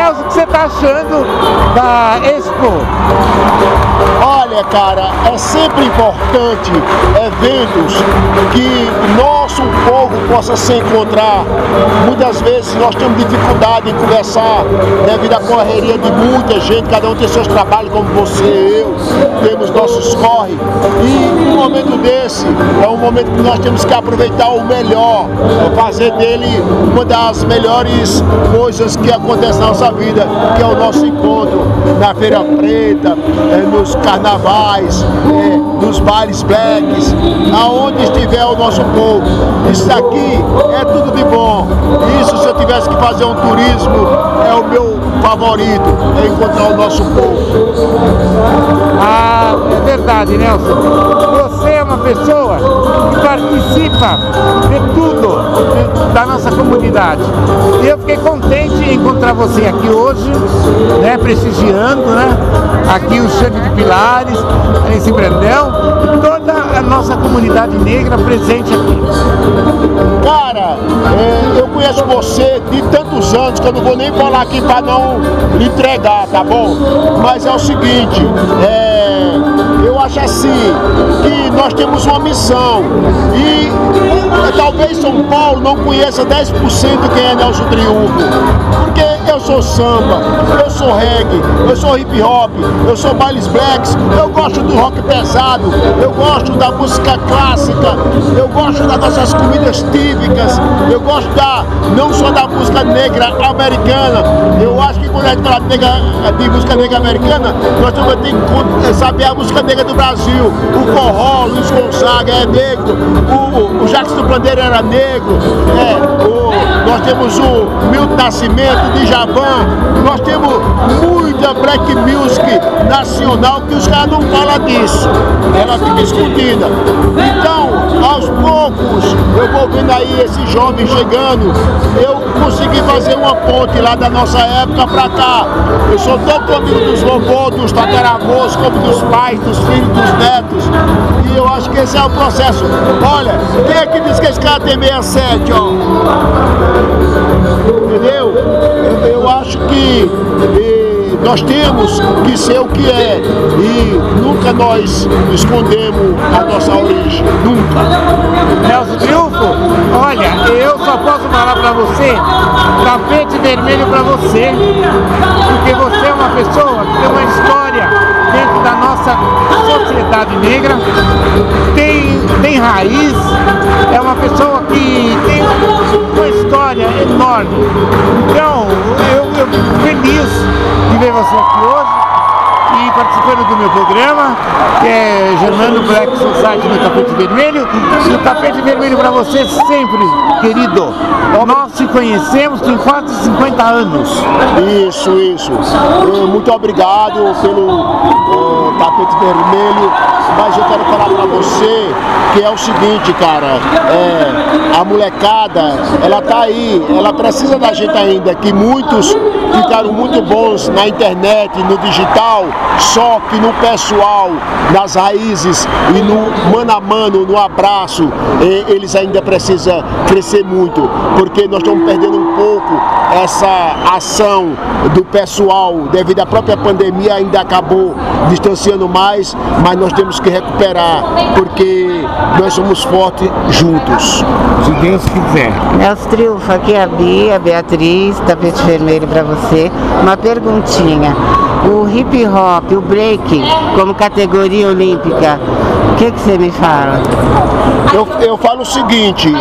Nelson, o que você está achando da Expo? Olha, cara, é sempre importante eventos que nosso povo possa se encontrar. Muitas vezes nós temos dificuldade em conversar devido à correria de muita gente, cada um tem seus trabalhos, como você e eu, temos nossos corre. E um momento desse é um momento que nós temos que aproveitar o melhor, fazer dele uma das melhores coisas que acontece na nossa vida, que é o nosso encontro na Feira Preta, nos carnavais, nos bailes blacks, aonde estiver o nosso povo. Isso aqui é tudo de bom. Isso, se eu tivesse que fazer um turismo, é o meu favorito, é encontrar o nosso povo. Ah, é verdade, Nelson. Você é uma pessoa que participa de tudo da nossa comunidade. E eu fiquei contente em encontrar você aqui hoje, né, prestigiando, né, aqui o Xande de Pilares, esse Brandão, e toda a nossa comunidade negra presente aqui. Cara, eu conheço você de tantos anos que eu não vou nem falar aqui para não lhe entregar, tá bom? Mas é o seguinte, eu acho assim que nós temos uma missão e talvez São Paulo não conheça 10% quem é Nelson Triunfo, porque eu sou samba, eu sou reggae, eu sou hip hop, eu sou bailes blacks, eu gosto do rock pesado, eu gosto da música clássica, eu gosto das nossas comidas típicas, eu gosto não só da música negra americana. Eu acho que quando a gente fala de música negra americana, nós também temos que saber a música negra do Brasil. O forró, Luiz Gonzaga é negro, o Jackson do Bandeira era negro, nós temos o Milton Nascimento, de Djavan, nós temos muita black music nacional que os caras não falam disso, ela fica escondida. Então, aos poucos, eu vou vendo aí esses jovens chegando, eu consegui fazer uma ponte lá da nossa época pra cá. Eu sou tanto amigo dos vovôs, dos tataravôs, como dos pais, dos filhos, dos netos. E eu acho que esse é o processo. Olha, quem é que diz que esse cara tem 67, ó? Entendeu? Eu acho que nós temos que ser o que é e nunca nós escondemos a nossa origem, nunca. Nelson Triunfo, olha, eu só posso falar pra você, tapete vermelho pra você, porque você é uma pessoa que tem uma história dentro da nossa sociedade negra, tem raiz, é uma pessoa que tem uma história enorme. Então, eu fico feliz de ver você aqui hoje e participando do meu programa, que é Germano Black Society no Tapete Vermelho. E o Tapete Vermelho para você sempre, querido. Nós te conhecemos tem quase 50 anos. Isso. Muito obrigado pelo Tapete Vermelho. Mas eu quero falar para você que é o seguinte, cara, a molecada, ela tá aí, ela precisa da gente ainda, que muitos ficaram muito bons na internet, no digital, só que no pessoal, nas raízes e no mano a mano, no abraço, eles ainda precisam crescer muito, porque nós estamos perdendo um pouco essa ação do pessoal, devido à própria pandemia, ainda acabou distanciando mais, mas nós temos que recuperar, porque nós somos fortes juntos. Se Deus quiser. Nelson Triunfo, aqui é a Bia, Beatriz, Tapete Vermelho para você. Uma perguntinha. O hip hop, o break, como categoria olímpica, o que você me fala? Eu falo o seguinte,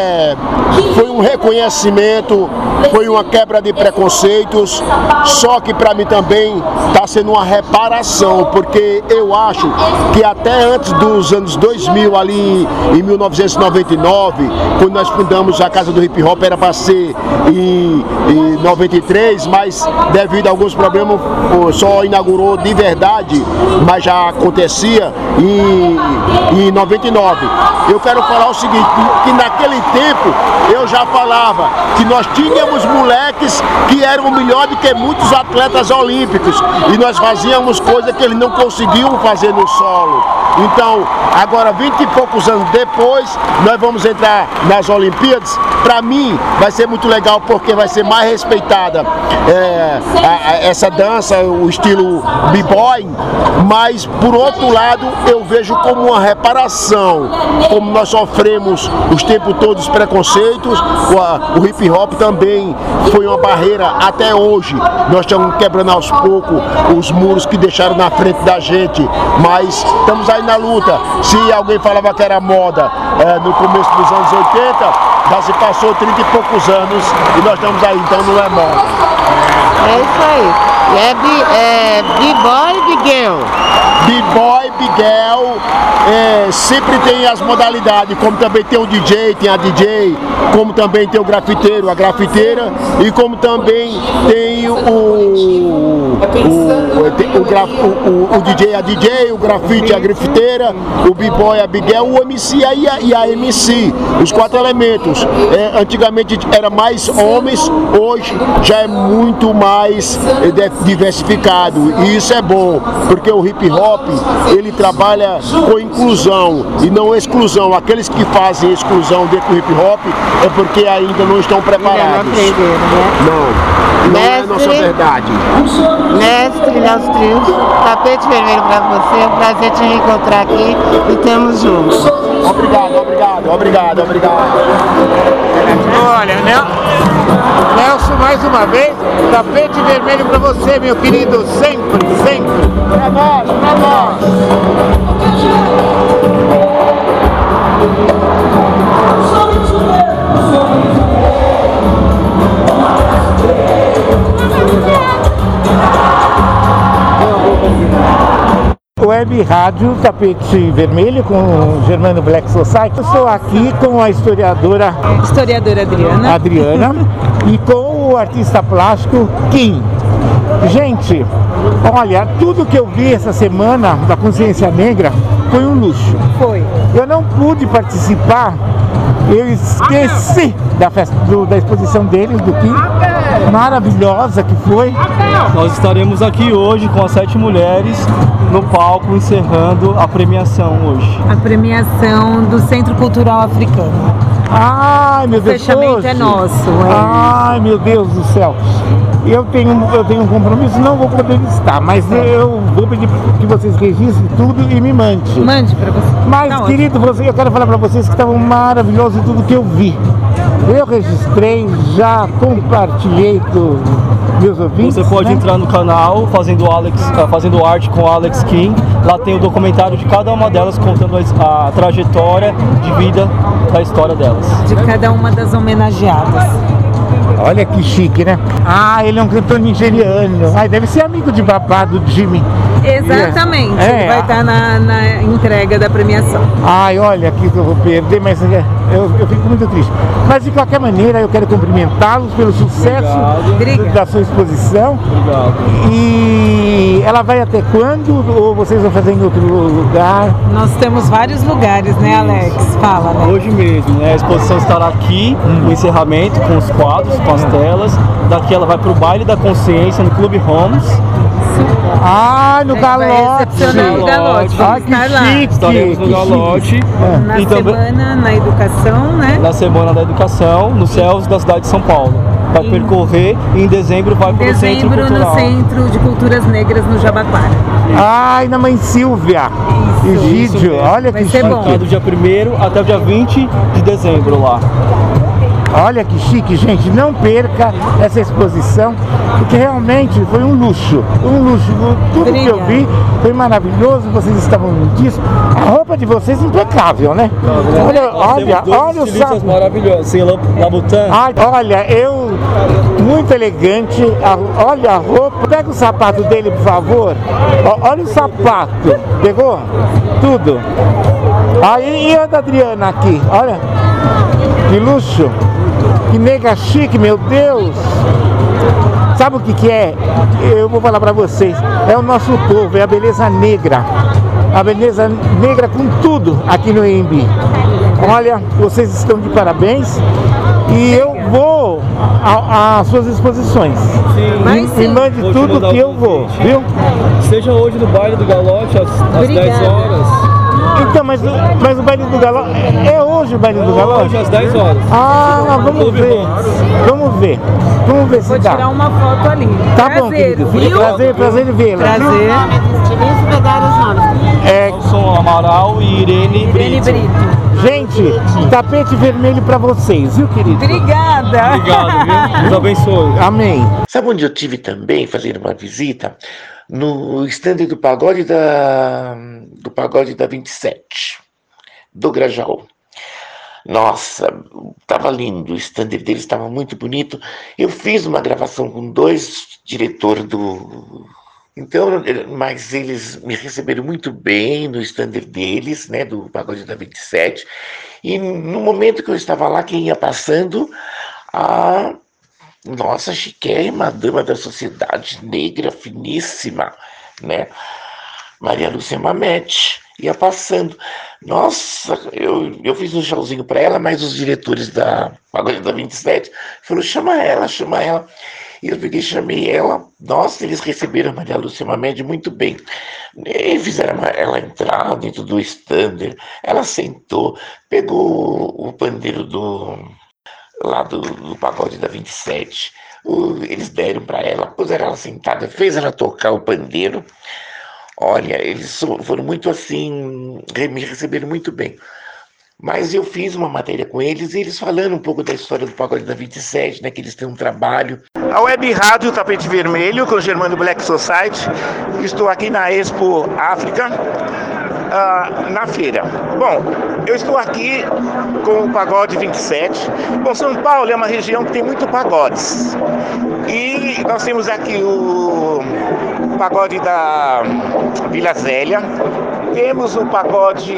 foi um reconhecimento, foi uma quebra de preconceitos, só que para mim também está sendo uma reparação, porque eu acho que até antes dos anos 2000, ali em 1999, quando nós fundamos a Casa do Hip Hop, era para ser em 93, mas devido a alguns problemas só inaugurou de verdade, mas já acontecia em 99. Eu quero falar o seguinte, que naquele tempo eu já falava que nós tínhamos moleques que eram melhor do que muitos atletas olímpicos e nós fazíamos coisa que eles não conseguiam fazer no solo. Então, agora 20 e poucos anos depois, nós vamos entrar nas Olimpíadas. Para mim, vai ser muito legal porque vai ser mais respeitada essa dança, o estilo b-boy, mas por outro lado, eu vejo como uma reparação, como nós sofremos os tempos todos preconceitos, o hip hop também foi uma barreira até hoje. Nós estamos quebrando aos poucos os muros que deixaram na frente da gente, mas estamos aí na luta. Se alguém falava que era moda no começo dos anos 80, já se passou 30 e poucos anos e nós estamos aí, então não é moda. É isso aí. É b-boy, big-girl. B-boy, big girl, sempre tem as modalidades, como também tem o DJ, tem a DJ, como também tem o grafiteiro, a grafiteira, e como também tem o DJ, a DJ, o grafite, a grafiteira, o b-boy, a big girl, o MC e a MC, os 4 elementos. Antigamente era mais homens, hoje já é muito mais diversificado, e isso é bom, porque o hip hop ele trabalha com inclusão e não exclusão. Aqueles que fazem exclusão dentro do hip hop é porque ainda não estão preparados. Não é a nossa verdade. Mestre Nelson Trios, tapete vermelho para você, é um prazer te reencontrar aqui e estamos juntos. Obrigado. Olha, Nelson, mais uma vez, tapete vermelho para você, meu querido, sempre. Pra nós. Web Rádio Tapete Vermelho com Germano Black Society. Eu estou aqui com a historiadora Adriana e com o artista plástico Kim. Gente, olha, tudo que eu vi essa semana da Consciência Negra foi um luxo. Foi. Eu não pude participar, eu esqueci da festa, da exposição deles, do Kim. Maravilhosa que foi. Nós estaremos aqui hoje com as 7 mulheres no palco encerrando a premiação hoje. A premiação do Centro Cultural Africano. Ai, meu Deus. O fechamento é nosso. Ai, meu Deus do céu. Eu tenho um compromisso, não vou poder estar, mas eu vou pedir que vocês registrem tudo e me mande. Mande para você. Mas, tá, querido, eu quero falar para vocês que estavam maravilhosos tudo que eu vi. Eu registrei, já compartilhei com meus ouvintes. Você pode entrar no canal fazendo arte com Alex Kim. Lá tem o documentário de cada uma delas contando a trajetória de vida da história delas. De cada uma das homenageadas. Olha que chique, né? Ah, ele é um cantor nigeriano. Ai, deve ser amigo de babá do Jimmy. Exatamente, ele vai estar na entrega da premiação. Ai, olha aqui que eu vou perder, mas eu fico muito triste. Mas de qualquer maneira, eu quero cumprimentá-los pelo sucesso da sua exposição. Obrigado. E ela vai até quando? Ou vocês vão fazer em outro lugar? Nós temos vários lugares, né, Alex? Fala, né? Hoje mesmo, né? A exposição estará aqui, no encerramento, com os quadros, com as telas. Daqui ela vai para o Baile da Consciência no Clube Homes. Ah, no Galote! No Galote. Ah, que chique! Estaremos no Galote. Na semana na educação, né? Na Semana da Educação, nos céus da cidade de São Paulo. Vai percorrer e em dezembro vai para o Centro Cultural. No Centro de Culturas Negras no Jabaquara. Ai, na Mãe Silvia! Egídio, olha que chique! Vai ser bom. Do dia 1º até o dia 20 de dezembro lá. Olha que chique, gente, não perca essa exposição, porque realmente foi um luxo, tudo que eu vi foi maravilhoso, vocês estavam disso, a roupa de vocês impecável, né? Olha o sapato maravilhoso, sem Labutan. Olha, muito elegante, olha a roupa, pega o sapato dele, por favor, olha o sapato, pegou? Tudo. E a da Adriana aqui, olha, que luxo. Que nega chique, meu Deus! Sabe o que é? Eu vou falar pra vocês. É o nosso povo, é a beleza negra. A beleza negra com tudo aqui no EMB. Olha, vocês estão de parabéns. E eu vou as suas exposições. Sim. Me mande tudo que eu vou, viu? Seja hoje no baile do Galote às 10 horas. Então, mas o baile do Galote, é hoje o baile do Galote? Hoje às 10 horas. Ah, vamos ver. Vamos ver se Vou dá. tirar uma foto ali. Tá bom, querido. Prazer em vê-la. Prazer. Nelson Amaral e Irene Brito. Gente, tapete vermelho pra vocês, viu, querido? Obrigada. Obrigado, viu? Deus abençoe. Amém. Sabe onde eu tive também, fazendo uma visita? No stand do Pagode da 27, do Grajaú. Nossa, tava lindo, o stand deles estava muito bonito. Eu fiz uma gravação com 2 diretores do... Então, mas eles me receberam muito bem no stand deles, né, do Pagode da 27. E no momento que eu estava lá, quem ia passando, a nossa chiquérrima dama da sociedade negra, finíssima, né, Maria Lúcia Mamete, ia passando. Nossa, eu fiz um showzinho para ela, mas os diretores da Pagode da 27 falaram, chama ela. E eu peguei e chamei ela. Nossa, eles receberam a Maria Lúcia Mamede muito bem. E fizeram ela entrar dentro do stand. Ela sentou, pegou o pandeiro do Pagode da 27. Eles deram para ela, puseram ela sentada, fez ela tocar o pandeiro. Olha, eles foram muito assim, me receberam muito bem. Mas eu fiz uma matéria com eles e eles falando um pouco da história do Pagode da 27, né, que eles têm um trabalho. A Web Rádio Tapete Vermelho, com o Germano Black Society. Estou aqui na Expo África, na feira. Bom, eu estou aqui com o Pagode 27. Bom, São Paulo é uma região que tem muito pagodes. E nós temos aqui o Pagode da Vila Zélia. Temos o Pagode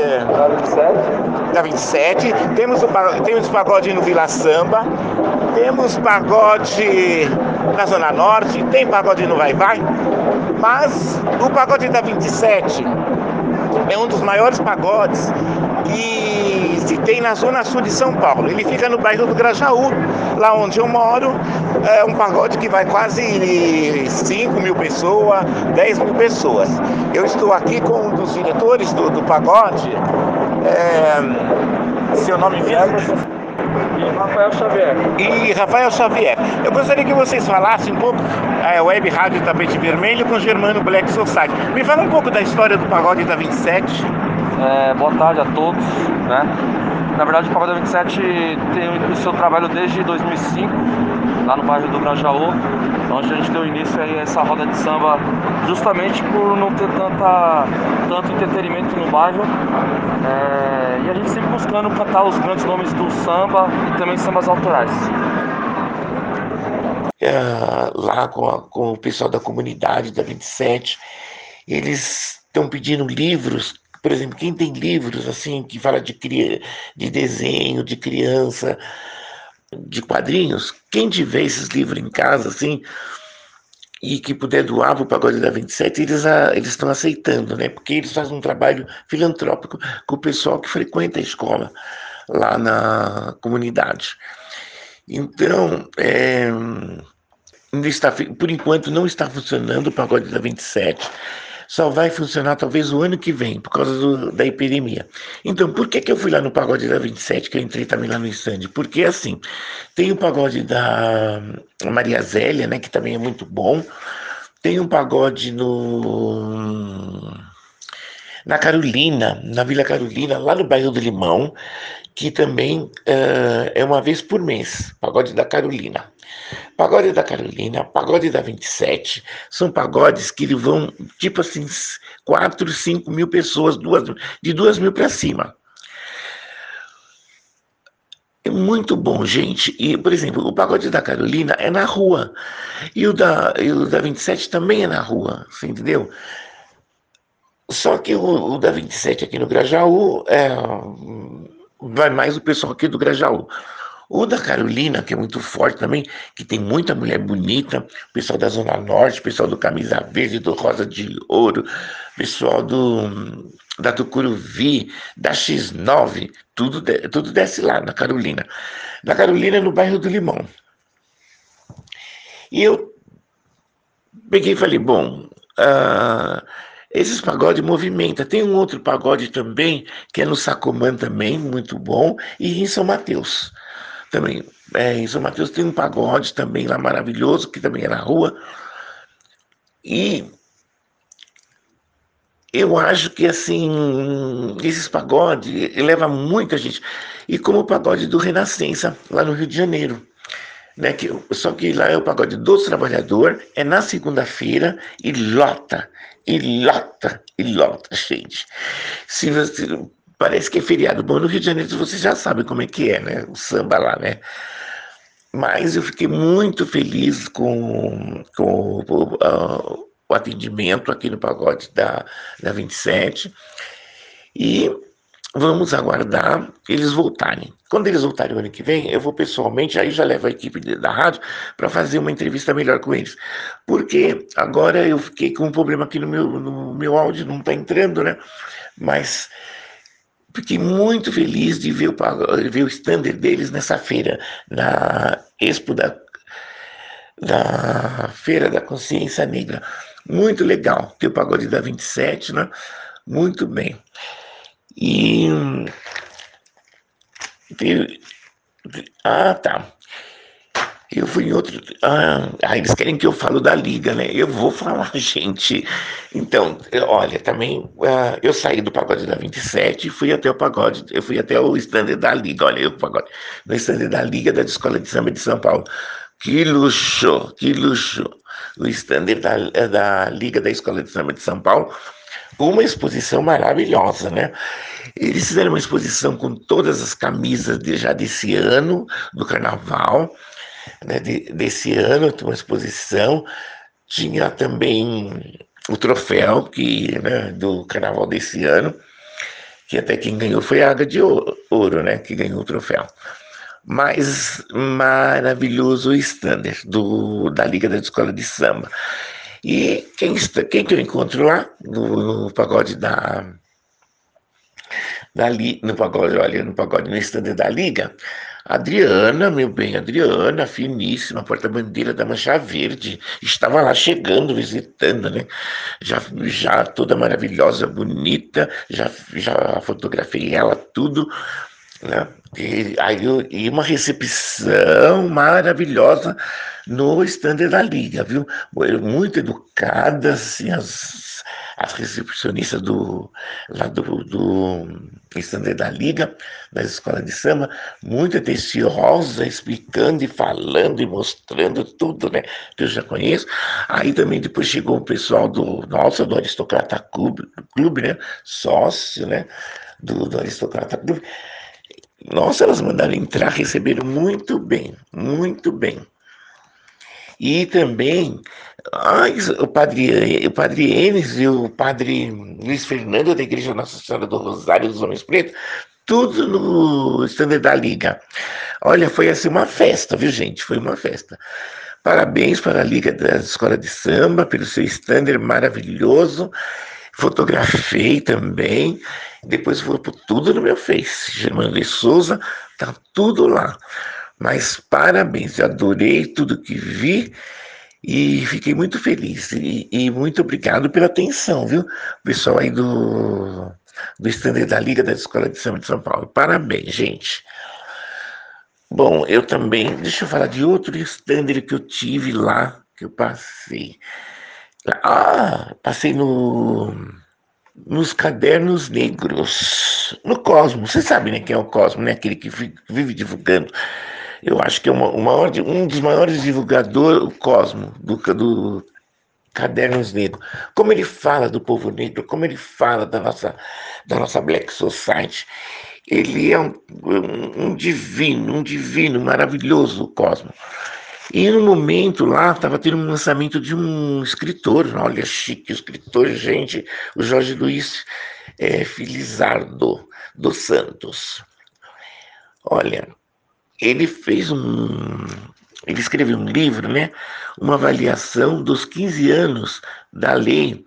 da 27, temos pagode no Vila Samba, temos pagode na Zona Norte, tem pagode no Vai Vai, mas o Pagode da 27 é um dos maiores pagodes que se tem na Zona Sul de São Paulo. Ele fica no bairro do Grajaú, lá onde eu moro. É um pagode que vai quase 5.000 pessoas, 10.000 pessoas. Eu estou aqui com um dos diretores do pagode. Seu nome mesmo? Rafael Xavier. Eu gostaria que vocês falassem um pouco Web Rádio Tapete Vermelho com Germano Black Society. Me fala um pouco da história do Pagode da 27. Boa tarde a todos, né? Na verdade, o Pagode da 27 tem o seu trabalho desde 2005, lá no bairro do Grajaú, onde a gente deu início a essa roda de samba justamente por não ter tanto entretenimento no bairro. E a gente sempre buscando cantar os grandes nomes do samba e também sambas autorais. Lá com o pessoal da comunidade da 27, eles estão pedindo livros. Por exemplo, quem tem livros assim que fala de desenho, de criança, de quadrinhos, quem tiver esses livros em casa assim e que puder doar para o Pagode da 27, eles estão aceitando, né? Porque eles fazem um trabalho filantrópico com o pessoal que frequenta a escola lá na comunidade. Então, por enquanto não está funcionando o Pagode da 27. Só vai funcionar talvez o ano que vem, por causa da epidemia. Então, por que eu fui lá no Pagode da 27, que eu entrei também lá no stand? Porque, assim, tem o Pagode da Maria Zélia, né, que também é muito bom. Tem um pagode na Carolina, na Vila Carolina, lá no bairro do Limão, que também é uma vez por mês, Pagode da Carolina. Pagode da Carolina, Pagode da 27, são pagodes que vão, tipo assim, 4, 5 mil pessoas, de 2.000 para cima. É muito bom, gente. E, por exemplo, o Pagode da Carolina é na rua, e o da 27 também é na rua, você entendeu? Só que o da 27 aqui no Grajaú, vai mais o pessoal aqui do Grajaú. O da Carolina, que é muito forte também, que tem muita mulher bonita, pessoal da Zona Norte, pessoal do Camisa Verde, do Rosa de Ouro, pessoal da Tucuruvi, da X9, tudo desce lá na Carolina. Na Carolina, no bairro do Limão. E eu peguei e falei, bom, esses pagodes movimenta. Tem um outro pagode também, que é no Sacomã também, muito bom, e em São Mateus também. Em São Mateus tem um pagode também lá maravilhoso, que também é na rua. E eu acho que, assim, esses pagodes leva muita gente. E como o pagode do Renascença, lá no Rio de Janeiro. Né, só que lá é o pagode dos trabalhadores, é na segunda-feira e lota, gente. Se você, parece que é feriado. Bom, no Rio de Janeiro você já sabe como é que é, né? O samba lá, né? Mas eu fiquei muito feliz com o atendimento aqui no pagode da 27. E vamos aguardar eles voltarem. Quando eles voltarem o ano que vem, eu vou pessoalmente, aí já levo a equipe da rádio para fazer uma entrevista melhor com eles. Porque agora eu fiquei com um problema aqui no meu áudio, não está entrando, né? Mas fiquei muito feliz de ver o standard deles nessa feira, na Expo da Feira da Consciência Negra. Muito legal, tem o pagode da 27, né? Muito bem. E tá. Eu fui em outro. Eles querem que eu falo da Liga, né? Eu vou falar, gente. Então, olha, também eu saí do pagode da 27 e fui até o pagode. Eu fui até o stand da Liga. Olha, o pagode. No stand da Liga da Escola de Samba de São Paulo. Que luxo, que luxo. O stand da Liga da Escola de Samba de São Paulo. Uma exposição maravilhosa, né? Eles fizeram uma exposição com todas as camisas já desse ano, do carnaval, né? Desse ano, uma exposição. Tinha também o troféu né, do carnaval desse ano, que até quem ganhou foi a Águia de Ouro, né? Que ganhou o troféu. Mas maravilhoso o standard da Liga da Escola de Samba. E quem que eu encontro lá no pagode no pagode no stand da Liga? Adriana, meu bem, Adriana, finíssima, porta-bandeira da Mancha Verde, estava lá chegando, visitando, né? Já toda maravilhosa, bonita, já fotografei ela, tudo, né? E uma recepção maravilhosa no stand da Liga, viu? Muito educadas, assim, as recepcionistas lá do stand da Liga, da escola de samba, muito atenciosa, explicando e falando e mostrando tudo, né? Que eu já conheço. Aí também depois chegou o pessoal do Aristocrata Clube, né? Sócio, né? Do Aristocrata Clube. Nossa, elas mandaram entrar, receberam muito bem, muito bem. E também o padre Enes e o padre Luiz Fernando da Igreja Nossa Senhora do Rosário dos Homens Pretos, tudo no stand da Liga. Olha, foi assim uma festa, viu, gente? Foi uma festa. Parabéns para a Liga da Escola de Samba, pelo seu stand maravilhoso. Fotografei também. Depois vou pôr tudo no meu Face. Germano de Souza, tá tudo lá. Mas parabéns, eu adorei tudo que vi e fiquei muito feliz. E muito obrigado pela atenção, viu? O pessoal aí do stand da Liga da Escola de Samba de São Paulo. Parabéns, gente. Bom, eu também, deixa eu falar de outro stand que eu tive lá, que eu passei. Passei nos Cadernos Negros, no Cosmo. Você sabe, né, quem é o Cosmo, né? Aquele que vive divulgando. Eu acho que é um dos maiores divulgadores, o Cosmo, do Cadernos Negros. Como ele fala do povo negro, como ele fala da nossa Black Society. Ele é um divino, maravilhoso, o Cosmo. E no momento lá, estava tendo um lançamento de um escritor, olha, chique, o escritor, gente, o Jorge Luiz Felizardo dos Santos. Olha, ele escreveu um livro, né? Uma avaliação dos 15 anos da Lei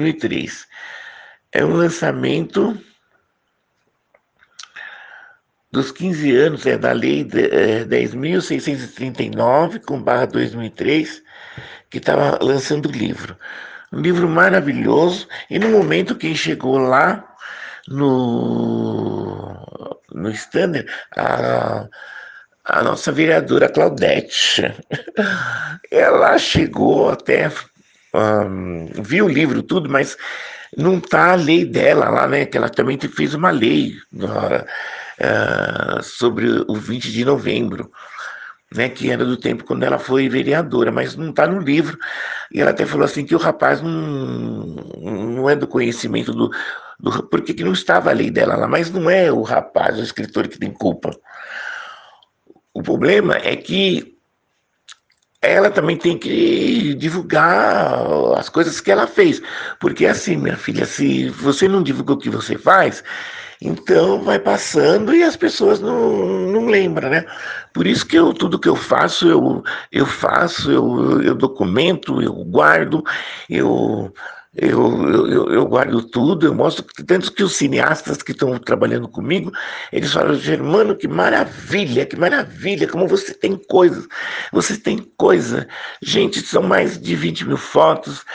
10.639/2003. É um lançamento dos 15 anos da Lei 10.639/2003, que estava lançando o livro. Um livro maravilhoso, e no momento quem chegou lá no Standard, a nossa vereadora Claudete. Ela chegou até, viu o livro tudo, mas não está a lei dela lá, né? Que ela também fez uma lei sobre o 20 de novembro, né, que era do tempo quando ela foi vereadora, mas não está no livro. E ela até falou assim que o rapaz não é do conhecimento porque que não estava a lei dela lá, mas não é o rapaz, o escritor, que tem culpa. O problema é que ela também tem que divulgar as coisas que ela fez, porque assim, minha filha, se você não divulga o que você faz, então vai passando e as pessoas não lembram, né? Por isso que tudo que eu faço, eu documento, eu guardo, eu guardo tudo, eu mostro, tanto que os cineastas que estão trabalhando comigo, eles falam: Germano, que maravilha, como você tem coisa. Gente, são mais de 20 mil fotos,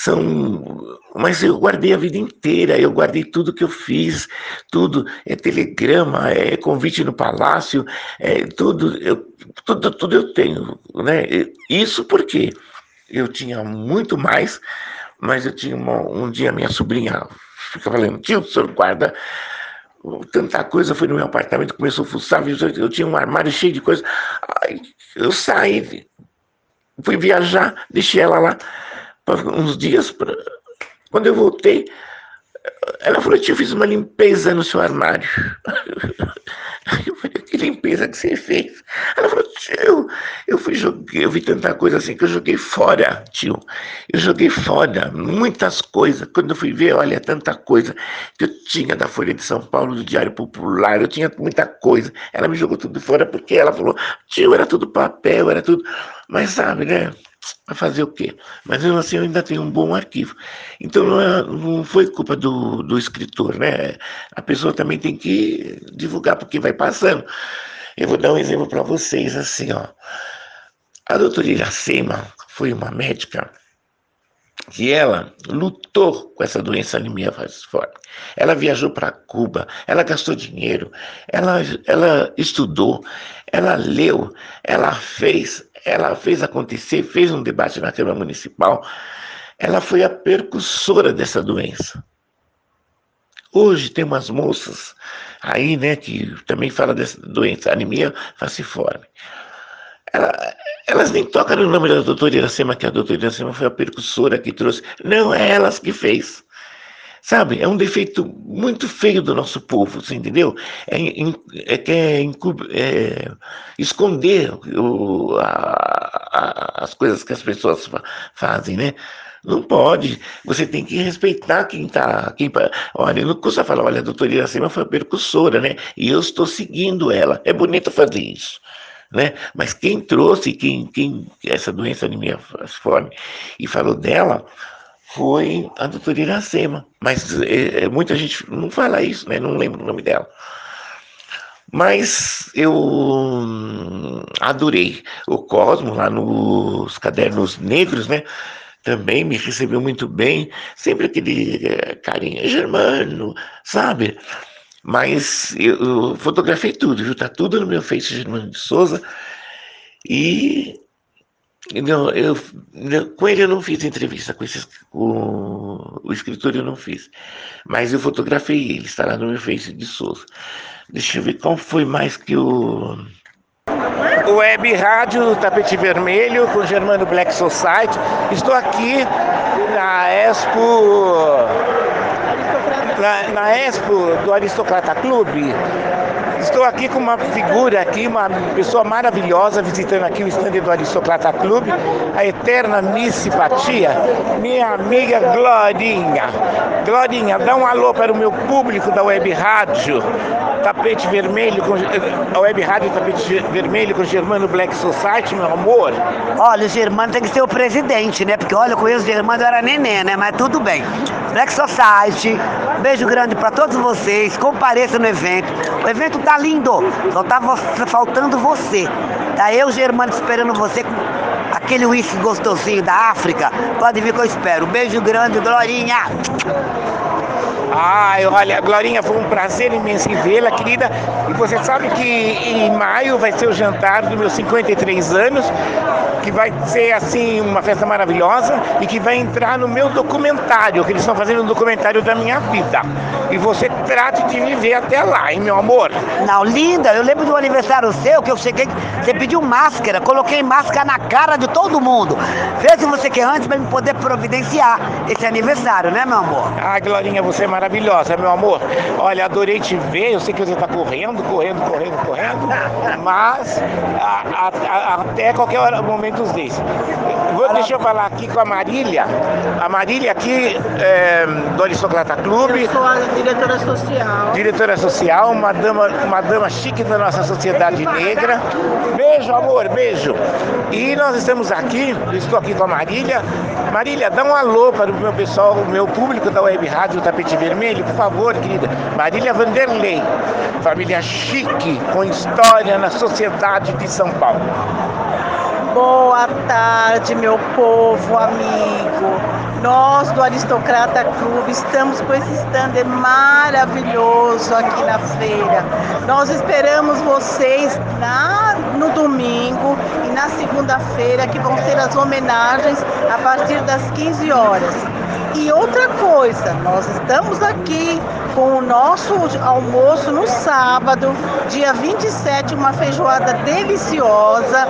mas eu guardei a vida inteira, eu guardei tudo que eu fiz, tudo, é telegrama, é convite no palácio, tudo eu tenho, né? Isso porque eu tinha muito mais, mas eu tinha um dia minha sobrinha ficava falando: tio, o senhor guarda tanta coisa. Foi no meu apartamento, começou a fuçar, eu tinha um armário cheio de coisa. Ai, eu saí, fui viajar, deixei ela lá uns dias. Quando eu voltei, ela falou: tio, eu fiz uma limpeza no seu armário. Eu falei: que limpeza que você fez? Ela falou: tio, eu vi tanta coisa assim que eu joguei fora, tio. Eu joguei fora muitas coisas. Quando eu fui ver, olha, tanta coisa que eu tinha da Folha de São Paulo, do Diário Popular, eu tinha muita coisa. Ela me jogou tudo fora porque ela falou: tio, era tudo papel, era tudo. Mas sabe, né? Vai fazer o quê? Mas mesmo assim eu ainda tenho um bom arquivo. Então não foi culpa do escritor, né? A pessoa também tem que divulgar, porque vai passando. Eu vou dar um exemplo para vocês, assim, ó. A doutora Iracema foi uma médica que ela lutou com essa doença, anemia falciforme. Ela viajou para Cuba, ela gastou dinheiro, ela estudou, ela leu, ela fez acontecer, fez um debate na Câmara Municipal. Ela foi a precursora dessa doença. Hoje tem umas moças aí, né, que também falam dessa doença, anemia falciforme. Elas nem tocam no nome da doutora Iracema, que a doutora Iracema foi a precursora que trouxe. Não, é elas que fez. Sabe, é um defeito muito feio do nosso povo, você entendeu? Esconder as coisas que as pessoas fazem, né? Não pode. Você tem que respeitar olha, não custa falar: olha, a doutora Iracema foi a precursora, né? E eu estou seguindo ela. É bonito fazer isso, né? Mas quem trouxe, essa doença, anemia falciforme, e falou dela, foi a doutora Iracema. Mas muita gente não fala isso, né? Não lembro o nome dela. Mas eu adorei. O Cosmo, lá nos Cadernos Negros, né? Também me recebeu muito bem, sempre aquele carinha: Germano, sabe? Mas eu fotografei tudo, viu? Tá tudo no meu Face, Germano de Souza. E com ele eu não fiz entrevista, com o escritor eu não fiz. Mas eu fotografei ele, está lá no meu Face de Souza. Deixa eu ver qual foi mais que o Web Rádio Tapete Vermelho com Germano Black Society. Estou aqui na Expo do Aristocrata Clube. Estou aqui com uma figura aqui, uma pessoa maravilhosa, visitando aqui o stand do Aristocrata Clube, a eterna Miss Simpatia, minha amiga Glorinha. Glorinha, dá um alô para o meu público da Web Rádio. Tapete Vermelho, a Web Rádio Tapete Vermelho com Germano Black Society, meu amor? Olha, o Germano tem que ser o presidente, né? Porque olha, eu conheço o Germano, eu era neném, né? Mas tudo bem. Black Society, beijo grande pra todos vocês, compareça no evento. O evento tá lindo, só tá faltando você. Tá eu, Germano, esperando você com aquele uísque gostosinho da África. Pode vir que eu espero. Beijo grande, Glorinha. Ai, olha, Glorinha, foi um prazer imenso em vê-la, querida. E você sabe que em maio vai ser o jantar dos meus 53 anos, que vai ser, assim, uma festa maravilhosa e que vai entrar no meu documentário, que eles estão fazendo um documentário da minha vida. E você trate de viver até lá, hein, meu amor? Não, linda, eu lembro de um aniversário seu, que eu cheguei, você pediu máscara, coloquei máscara na cara de todo mundo. Fez o que você quer antes para me poder providenciar esse aniversário, né, meu amor? Ah, Glorinha, você é maravilhosa, meu amor. Olha, adorei te ver, eu sei que você está correndo, mas até qualquer momento desses. Deixa eu falar aqui com a Marília. A Marília aqui do Aristocrata Clube. Eu sou a diretora social. Diretora social, uma dama chique da nossa sociedade negra. Beijo, amor, beijo. E nós estamos aqui, estou aqui com a Marília. Marília, dá um alô para o meu pessoal, o meu público da Web Rádio Tapete Vermelho, por favor, querida. Marília Vanderlei, família chique, com história na sociedade de São Paulo. Boa tarde, meu povo amigo. Nós do Aristocrata Clube estamos com esse stand maravilhoso aqui na feira. Nós esperamos vocês no domingo e na segunda-feira, que vão ser as homenagens a partir das 15 horas. E outra coisa, nós estamos aqui com o nosso almoço no sábado, dia 27, uma feijoada deliciosa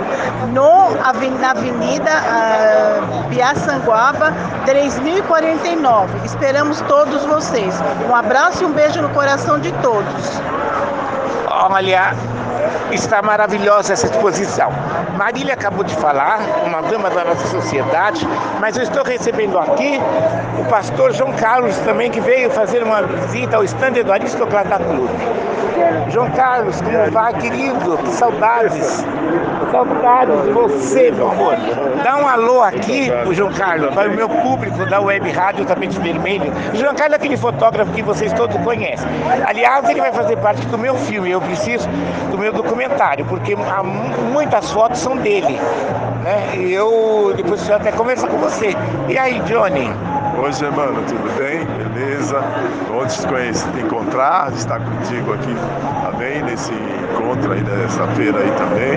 na Avenida Piaçanguaba, 3049. Esperamos todos vocês. Um abraço e um beijo no coração de todos. Olha, está maravilhosa essa exposição. Marília acabou de falar, uma dama da nossa sociedade, mas eu estou recebendo aqui o pastor João Carlos também, que veio fazer uma visita ao stand do Aristocrata Clube. João Carlos, como vai, querido? Que saudades! Saudades de você, meu amor. Dá um alô aqui, o João Carlos, para o meu público da Web Rádio Tapete Vermelho. O João Carlos é aquele fotógrafo que vocês todos conhecem. Aliás, ele vai fazer parte do meu filme, eu preciso do meu documentário, porque muitas fotos são dele, né? E eu depois eu até conversar com você. E aí, Johnny? Oi, Germano, tudo bem? Beleza? Bom te encontrar, estar contigo aqui também, nesse encontro aí dessa feira aí também.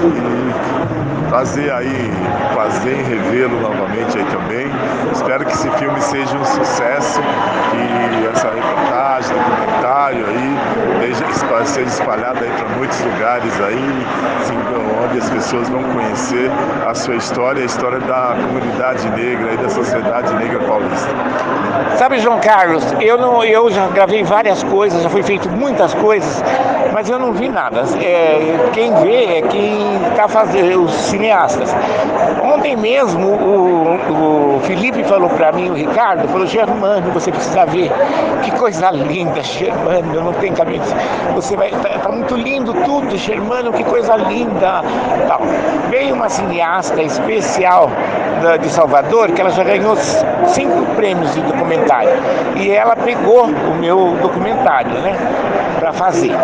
E prazer em revê-lo novamente aí também. Espero que esse filme seja um sucesso e essa reportagem, documentário aí, seja espalhada aí para muitos lugares aí, assim, onde as pessoas vão conhecer a sua história, a história da comunidade negra e da sociedade negra paulista. Sabe, João Carlos, eu já gravei várias coisas, já foi feito muitas coisas, mas eu não vi nada. Quem vê é quem está fazendo, os cineastas. Ontem mesmo o Felipe falou para mim, o Ricardo, falou: Germano, você precisa ver. Que coisa linda, Germano, não tem caminho. Você vai, tá muito lindo tudo, Germano, que coisa linda. Tal. Veio uma cineasta especial de Salvador, que ela já ganhou 5 prêmios de documentário. E ela pegou o meu documentário, né, para fazer.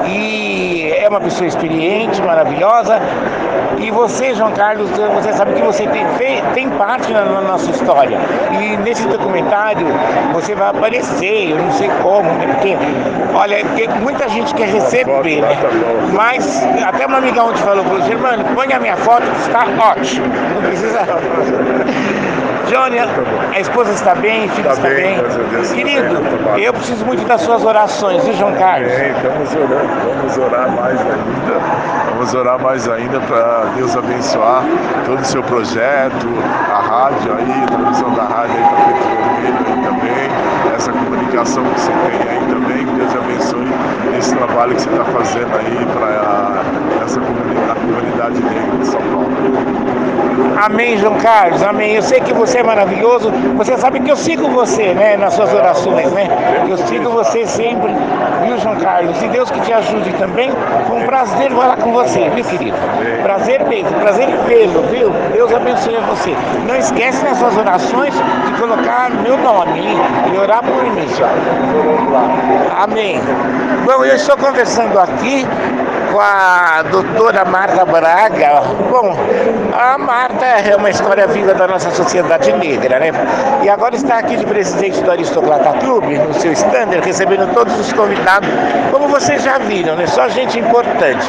E é uma pessoa experiente, maravilhosa. E você, João Carlos, você sabe que você tem parte na nossa história. E nesse documentário você vai aparecer, eu não sei como, né? Porque, olha, muita gente quer receber, né? Mas até uma amiga ontem falou: Germano, põe a minha foto que está ótimo. Não precisa. Johnny, a esposa está bem, o filho está bem. Querido, eu preciso muito das suas orações, viu, João Carlos? Estamos orando, vamos orar mais ainda para Deus abençoar todo o seu projeto, a rádio aí, a transmissão da rádio aí para Tapete Vermelho aí também, essa comunicação que você tem aí também, que Deus abençoe esse trabalho que você está fazendo aí para essa comunidade negra de São Paulo. Amém, João Carlos, amém. Eu sei que você é maravilhoso, você sabe que eu sigo você, né, nas suas orações, né? Eu sigo você sempre, viu, João Carlos? E Deus que te ajude também. Foi um prazer falar com você, viu, querido? Prazer mesmo, prazer em vê-lo, viu? Deus abençoe você. Não esquece nas suas orações de colocar meu nome, hein? E orar por mim, senhor. Amém. Bom, eu estou conversando aqui com a doutora Marta Braga. Bom, a Marta é uma história viva da nossa sociedade negra, né? E agora está aqui de presidente do Aristocrata Clube, no seu standard, recebendo todos os convidados, como vocês já viram, né? Só gente importante.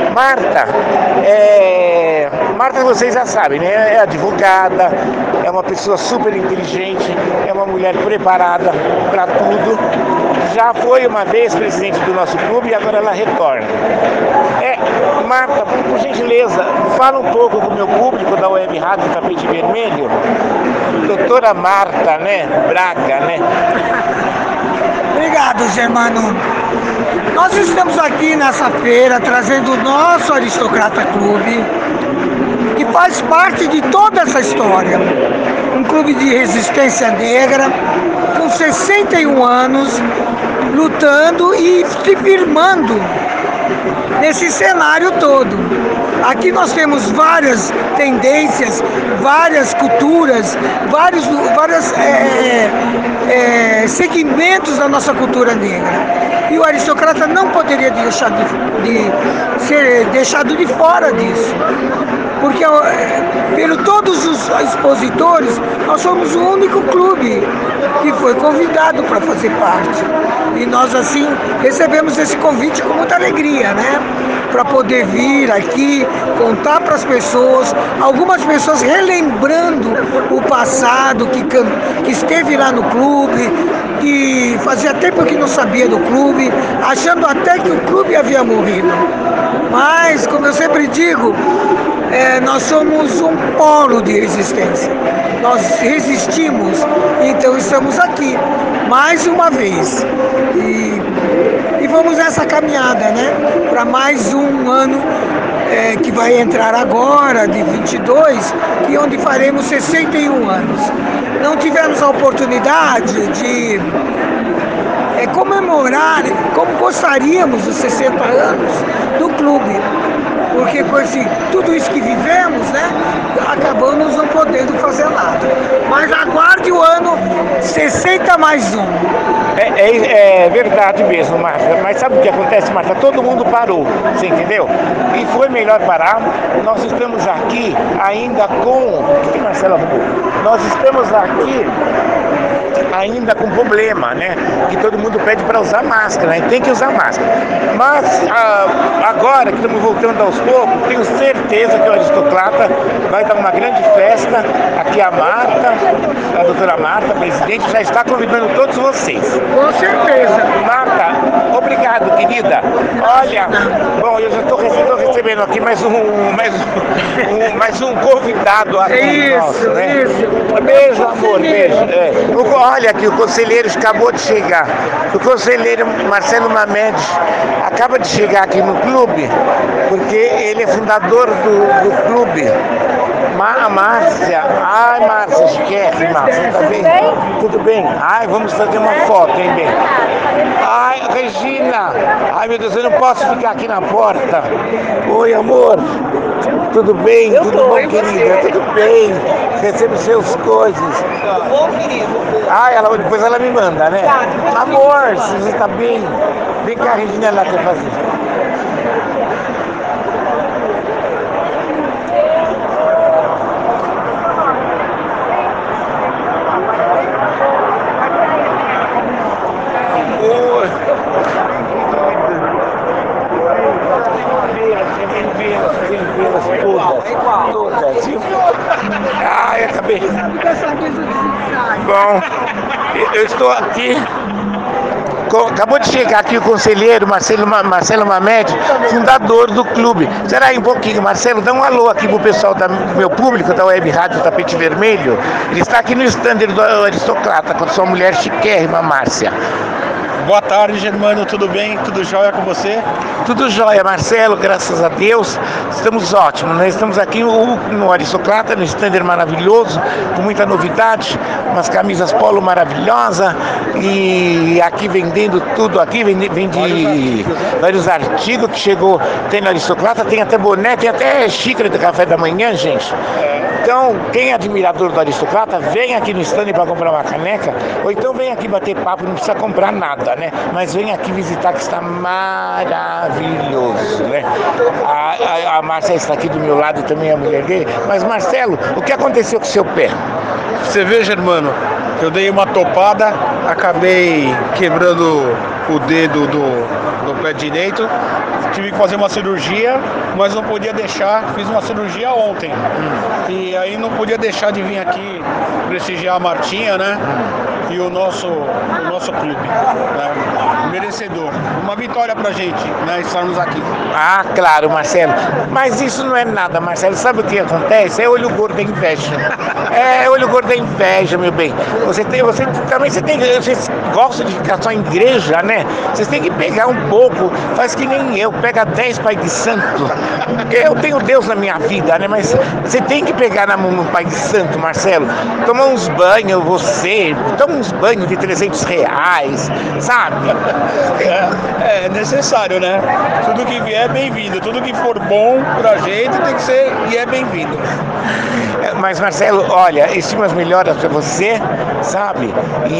Marta, vocês já sabem, né? É advogada, é uma pessoa super inteligente, é uma mulher preparada para tudo. Já foi uma vez presidente do nosso clube e agora ela retorna. Marta, por gentileza, fala um pouco com o meu público da Web Rádio Tapete Vermelho. Doutora Marta, né? Braga, né? Obrigado, Germano. Nós estamos aqui nessa feira trazendo o nosso Aristocrata Clube, que faz parte de toda essa história. Um clube de resistência negra, com 61 anos, lutando e se firmando nesse cenário todo. Aqui nós temos várias tendências, várias culturas, vários segmentos da nossa cultura negra. E o Aristocrata não poderia deixar de ser deixado de fora disso. Porque, pelo todos os expositores, nós somos o único clube que foi convidado para fazer parte. E nós, assim, recebemos esse convite com muita alegria, né? Para poder vir aqui, contar para as pessoas, algumas pessoas relembrando o passado, que esteve lá no clube, que fazia tempo que não sabia do clube, achando até que o clube havia morrido. Mas, como eu sempre digo, nós somos um polo de resistência. Nós resistimos, então estamos aqui mais uma vez. E vamos nessa caminhada, né? Para mais um ano que vai entrar agora, de 22, que onde faremos 61 anos. Não tivemos a oportunidade de comemorar como gostaríamos os 60 anos do clube. Porque com tudo isso que vivemos, né, acabamos não podendo fazer nada. Mas aguarde o ano 60 mais um. É verdade mesmo, Marta. Mas sabe o que acontece, Marta? Todo mundo parou, você entendeu? E foi melhor parar. Nós estamos aqui ainda com... O que Marcelo arrumou? Nós estamos aqui ainda com problema, né? Que todo mundo pede para usar máscara, né? Tem que usar máscara. Mas agora que estamos voltando aos poucos, tenho certeza que o Aristocrata vai dar uma grande festa. Aqui a Marta, a doutora Marta, presidente, já está convidando todos vocês. Com certeza. Marta, obrigado, querida. Olha, bom, eu já estou recebendo aqui mais um convidado aqui. Isso, nosso, né? isso. Beijo, amor, beijo. Olha aqui, o conselheiro acabou de chegar. O conselheiro Marcelo Mamed acaba de chegar aqui no clube, porque ele é fundador do clube. Márcia, ai Márcia, esquece, Márcia, tá bem? Tudo bem? Ai, vamos fazer uma foto, hein, bem? Ai, Regina, ai meu Deus, eu não posso ficar aqui na porta. Oi, amor, tudo bem? Tudo bom, querida? Tudo bem? Recebo seus coisas. Bom, querido. Ai, depois ela me manda, né? Amor, você tá bem? Vem cá, Regina, ela quer fazer. Todas, viu? Ai, acabei. Bom, eu estou aqui. Acabou de chegar aqui o conselheiro Marcelo Mamed, fundador do clube. Será aí um pouquinho, Marcelo, dá um alô aqui pro pessoal do meu público, da Web Rádio Tapete Vermelho. Ele está aqui no stand do Aristocrata, com a sua mulher chiquérrima, Márcia. Boa tarde, Germano, tudo bem? Tudo jóia com você? Tudo jóia, Marcelo, graças a Deus. Estamos ótimos, nós estamos aqui no Aristocrata, no stander maravilhoso, com muita novidade, umas camisas polo maravilhosas e aqui vendendo tudo, aqui vende vários artigos que chegou, tem no Aristocrata, tem até boné, tem até xícara de café da manhã, gente. Então, quem é admirador do Aristocrata, vem aqui no stand para comprar uma caneca, ou então vem aqui bater papo, não precisa comprar nada, né? Mas vem aqui visitar que está maravilhoso, né? A Márcia está aqui do meu lado também, a mulher dele. Mas Marcelo, o que aconteceu com o seu pé? Você vê, Germano, eu dei uma topada, acabei quebrando o dedo do pé direito, tive que fazer uma cirurgia, mas não podia deixar, fiz uma cirurgia ontem. E aí não podia deixar de vir aqui prestigiar a Martinha, né? E o nosso clube, né? Merecedor. Uma vitória pra gente, né? Estarmos aqui. Ah, claro, Marcelo. Mas isso não é nada, Marcelo. Sabe o que acontece? É olho gordo da inveja. É olho gordo da inveja, meu bem. Você gosta de ficar só em igreja, né? Vocês têm que pegar um pouco, faz que nem eu, pega 10 Pai de Santo. Eu tenho Deus na minha vida, né? Mas você tem que pegar na mão no Pai de Santo, Marcelo. Toma uns banhos, toma uns banhos de R$300, sabe? É necessário, né? Tudo que vier é bem-vindo, tudo que for bom pra gente tem que ser e é bem-vindo. Mas Marcelo, olha, estimas melhoras pra você, sabe?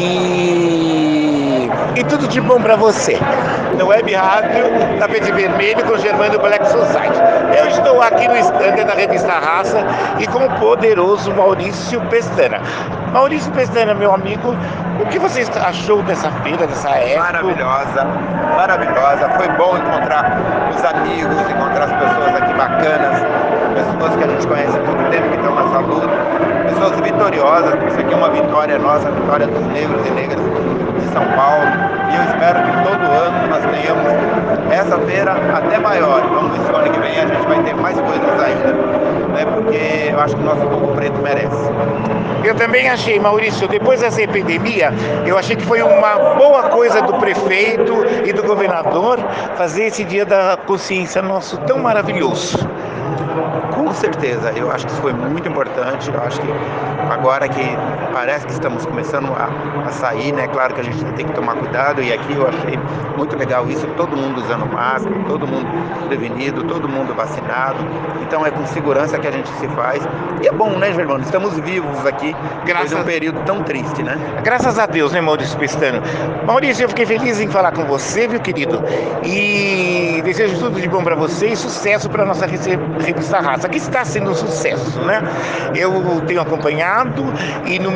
E tudo de bom pra você. No Web Rádio, Tapete Vermelho com Germano Black Society. Eu estou aqui no stand da revista Raça e com o poderoso Maurício Pestana. Maurício Pestana, meu amigo, o que você achou dessa feira, dessa época? Maravilhosa. Foi bom encontrar os amigos, encontrar as pessoas aqui bacanas, pessoas que a gente conhece há muito tempo, que estão nessa luta, pessoas vitoriosas. Isso aqui é uma vitória nossa, a vitória dos negros e negras de São Paulo. E eu espero que todo ano nós tenhamos essa feira até maior. Vamos ver se o ano que vem a gente vai ter mais coisas ainda, né? Porque eu acho que o nosso povo preto merece. Eu também achei, Maurício, depois dessa epidemia, eu achei que foi uma boa coisa do prefeito e do governador fazer esse Dia da Consciência nosso tão maravilhoso. Com certeza, eu acho que isso foi muito importante. Eu acho que agora que parece que estamos começando a sair, né? Claro que a gente tem que tomar cuidado, e aqui eu achei muito legal isso, todo mundo usando máscara, todo mundo prevenido, todo mundo vacinado. Então é com segurança que a gente se faz. E é bom, né, Germano? Estamos vivos aqui depois de um período tão triste, né? Graças a Deus, né, Maurício Pestano? Maurício, eu fiquei feliz em falar com você, viu, querido? E desejo tudo de bom para você e sucesso para nossa revista Raça, que está sendo um sucesso, né? Eu tenho acompanhado e no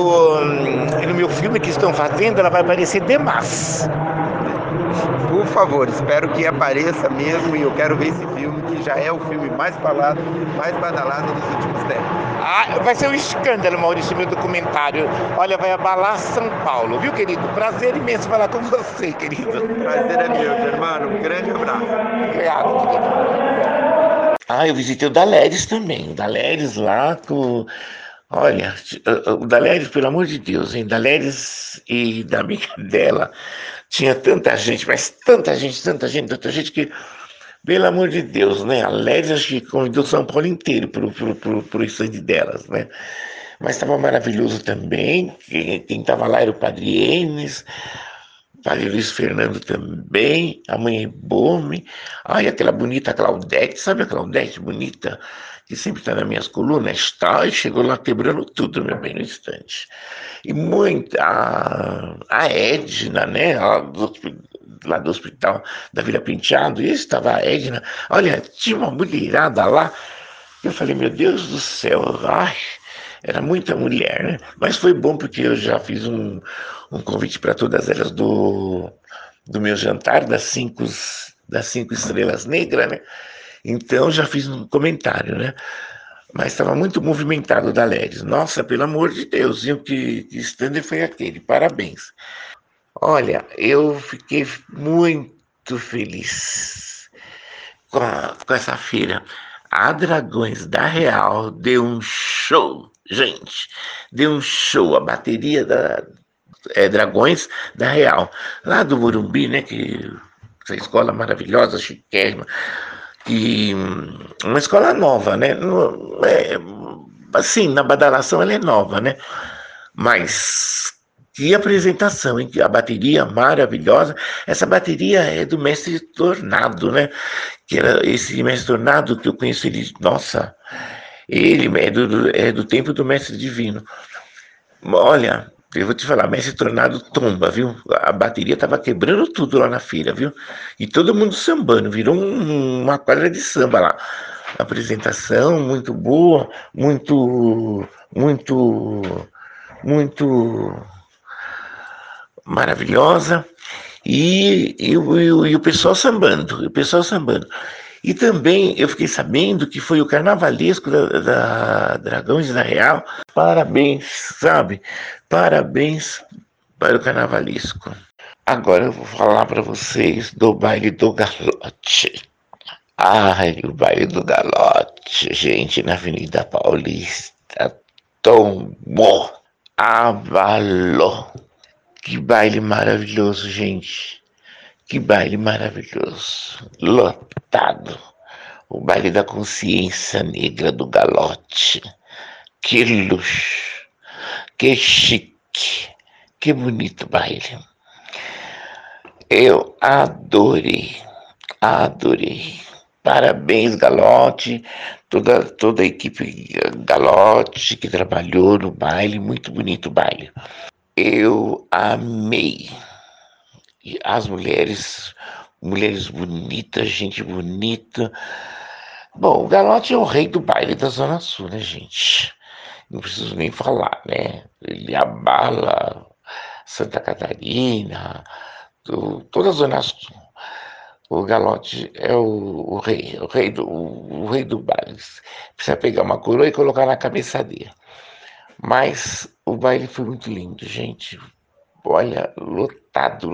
meu filme que estão fazendo, ela vai aparecer demais. Por favor, espero que apareça mesmo, e eu quero ver esse filme, que já é o filme mais falado, mais badalado dos últimos tempos. Ah, vai ser um escândalo, Maurício, meu documentário. Olha, vai abalar São Paulo, viu, querido? Prazer imenso falar com você, querido. Prazer é meu, Germano. Um grande abraço. Obrigado, querido. Ah, eu visitei o Daléris também. O Daléris lá com... Olha, o Daléris, pelo amor de Deus, hein? Daléris e da amiga dela. Tinha tanta gente, mas tanta gente que... Pelo amor de Deus, né? A Léris acho que convidou São Paulo inteiro pro stand delas, né? Mas estava maravilhoso também. Quem estava lá era o Padre Enes, o Padre Luiz Fernando também, a mãe Ebome. Ai, aquela bonita Claudete, sabe a Claudete bonita? Que sempre está nas minhas colunas, está, e chegou lá quebrando tudo, meu bem, no instante. E muita, a Edna, né, lá do hospital da Vila Penteado, e estava a Edna, olha, tinha uma mulherada lá, eu falei, meu Deus do céu, ai, era muita mulher, né, mas foi bom porque eu já fiz um convite para todas elas do meu jantar das cinco estrelas negras, né, então já fiz um comentário, né, mas estava muito movimentado o Daléris. Nossa, pelo amor de Deus, viu, que stand foi aquele, parabéns. Olha, eu fiquei muito feliz com essa feira. A Dragões da Real deu um show, gente, deu um show. A bateria Dragões da Real, lá do Morumbi, né, que essa escola maravilhosa, chiquérrima, que uma escola nova, né, assim, na badalação ela é nova, né, mas que apresentação, hein? A bateria maravilhosa, essa bateria é do Mestre Tornado, né, que era esse Mestre Tornado que eu conheço ele, nossa, ele é do tempo do Mestre Divino. Olha, eu vou te falar, Mestre Tornado tomba, viu? A bateria tava quebrando tudo lá na feira, viu? E todo mundo sambando, virou uma quadra de samba lá. Apresentação muito boa, muito maravilhosa. E o pessoal sambando, E também eu fiquei sabendo que foi o carnavalesco da Dragões da Real. Parabéns, sabe? Parabéns para o carnavalesco. Agora eu vou falar para vocês do baile do Galote. Ai, o baile do Galote, gente, na Avenida Paulista. Tombou, abalou. Que baile maravilhoso, gente. Que baile maravilhoso. Lotado. O baile da consciência negra do Galote. Que luxo. Que chique. Que bonito baile. Eu adorei. Adorei. Parabéns, Galote. Toda a equipe Galote que trabalhou no baile. Muito bonito o baile. Eu amei. E as mulheres bonitas, gente bonita. Bom, o Galote é o rei do baile da Zona Sul, né, gente? Não preciso nem falar, né? Ele abala Santa Catarina, toda a Zona Sul. O Galote é o rei do baile. Precisa pegar uma coroa e colocar na cabeça dele. Mas o baile foi muito lindo, gente. Olha, lotado.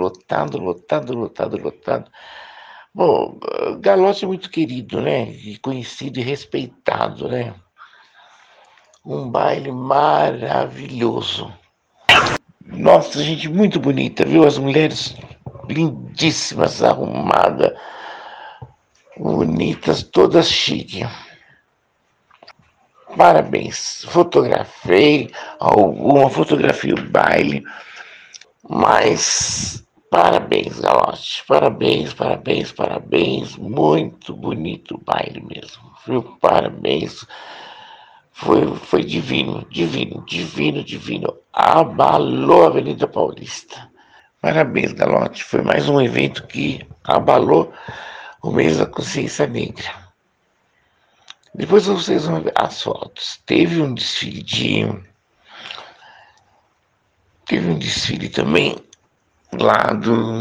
Bom, Galote é muito querido, né? E conhecido e respeitado, né? Um baile maravilhoso. Nossa, gente muito bonita, viu? As mulheres lindíssimas, arrumadas, bonitas, todas chiques. Parabéns. Fotografei fotografia o baile, mas parabéns, Galote. Parabéns. Muito bonito o baile mesmo, viu? Parabéns. Foi divino. Abalou a Avenida Paulista. Parabéns, Galote. Foi mais um evento que abalou o mês da consciência negra. Depois vocês vão ver as fotos. Teve um desfile também lá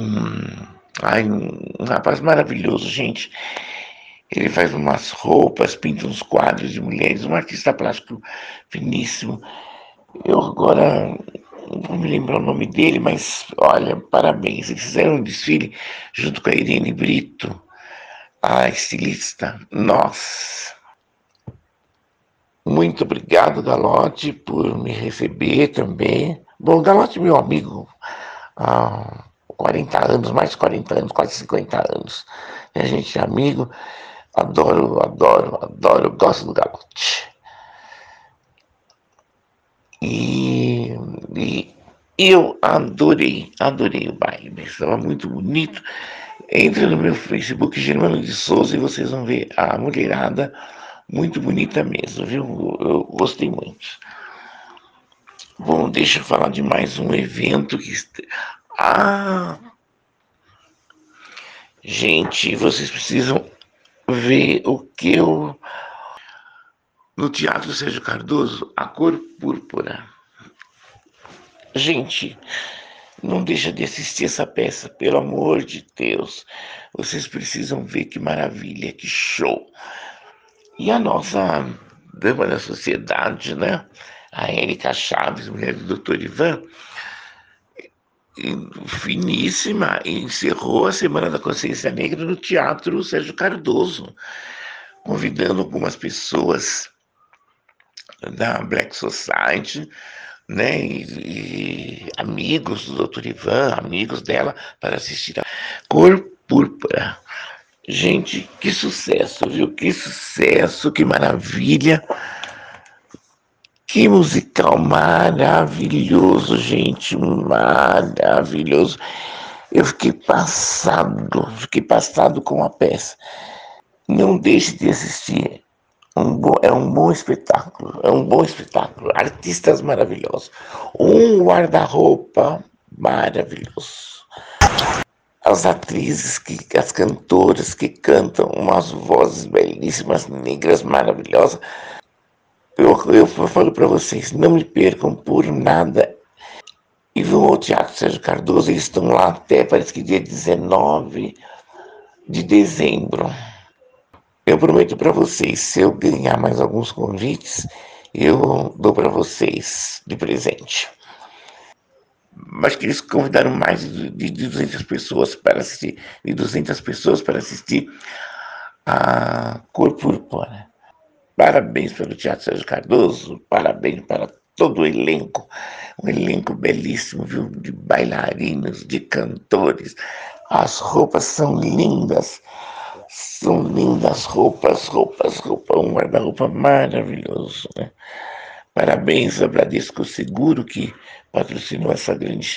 um rapaz maravilhoso, gente. Ele faz umas roupas, pinta uns quadros de mulheres, um artista plástico finíssimo. Eu agora não vou me lembrar o nome dele, mas olha, parabéns. Eles fizeram um desfile junto com a Irene Brito, a estilista. Nossa! Muito obrigado, Galote, por me receber também. Bom, Galote é meu amigo há 40 anos, mais de 40 anos, quase 50 anos. A gente é amigo, adoro, gosto do Galote. E eu adorei o baile, estava muito bonito. Entre no meu Facebook, Germano de Souza, e vocês vão ver a mulherada muito bonita mesmo, viu? Eu gostei muito. Bom, deixa eu falar de mais um evento que... Gente, vocês precisam ver o que eu... No Teatro Sérgio Cardoso, A Cor Púrpura. Gente, não deixa de assistir essa peça, pelo amor de Deus. Vocês precisam ver que maravilha, que show. E a nossa dama da sociedade, né? A Érica Chaves, mulher do Dr. Ivan, finíssima, encerrou a Semana da Consciência Negra no Teatro Sérgio Cardoso, convidando algumas pessoas da Black Society, né? E amigos do Dr. Ivan, amigos dela, para assistir a Cor Púrpura. Gente, que sucesso, viu? Que sucesso, que maravilha. Que musical maravilhoso, gente, maravilhoso. Eu fiquei passado com a peça. Não deixe de assistir. É um bom espetáculo, Artistas maravilhosos. Um guarda-roupa maravilhoso. As atrizes, as cantoras que cantam, umas vozes belíssimas, negras, maravilhosas. Eu falo para vocês, não me percam por nada. E vão ao Teatro Sérgio Cardoso, eles estão lá até, parece que dia 19 de dezembro. Eu prometo para vocês, se eu ganhar mais alguns convites, eu dou para vocês de presente. Mas que eles convidaram mais de 200 pessoas para assistir, a Cor Púrpura. Parabéns pelo Teatro Sérgio Cardoso, parabéns para todo o elenco, um elenco belíssimo, viu? De bailarinos, de cantores. As roupas são lindas roupas, um guarda-roupa maravilhoso, né? Parabéns ao Bradesco Seguro que patrocinou esse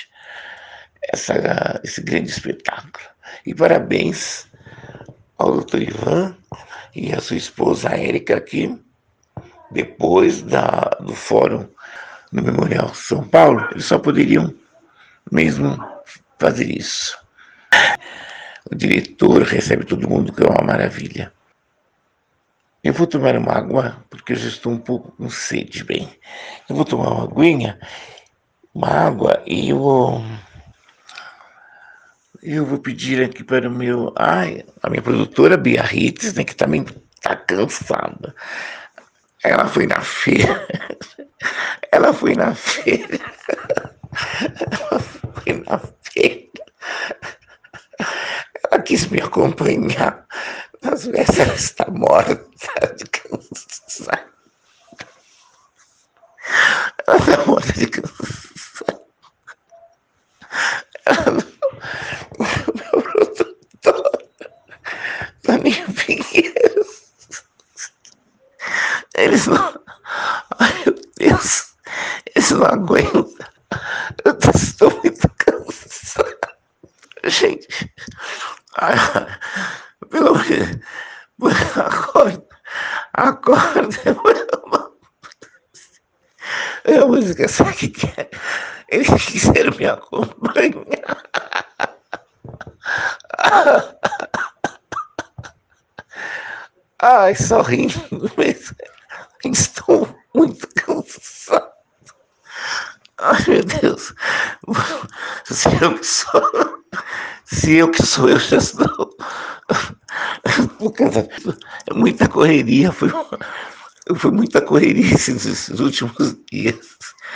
grande espetáculo. E parabéns ao Dr. Ivan e a sua esposa Érica, que depois do fórum no Memorial São Paulo, eles só poderiam mesmo fazer isso. O diretor recebe todo mundo, que é uma maravilha. Eu vou tomar uma água, porque eu já estou um pouco com sede, bem. Eu vou tomar uma aguinha, uma água, e eu vou pedir aqui para a minha produtora, Bia Ritz, né, que também está cansada. Ela foi na feira. Ela quis me acompanhar, mas ela está morta de cansaço. Ela está morta de cansaço. Meu produtor, Toninho Pinheiros, eles não... Ai, meu Deus, eles não aguentam. Eu estou muito cansado. Gente, pelo amor de Deus, acorda. A música, sabe o que é? Eles quiseram me acompanhar. Ai, só rindo, mas estou muito cansado. Ai, meu Deus. Se eu que sou, eu já estou. É muita correria, foi muita correria esses últimos dias.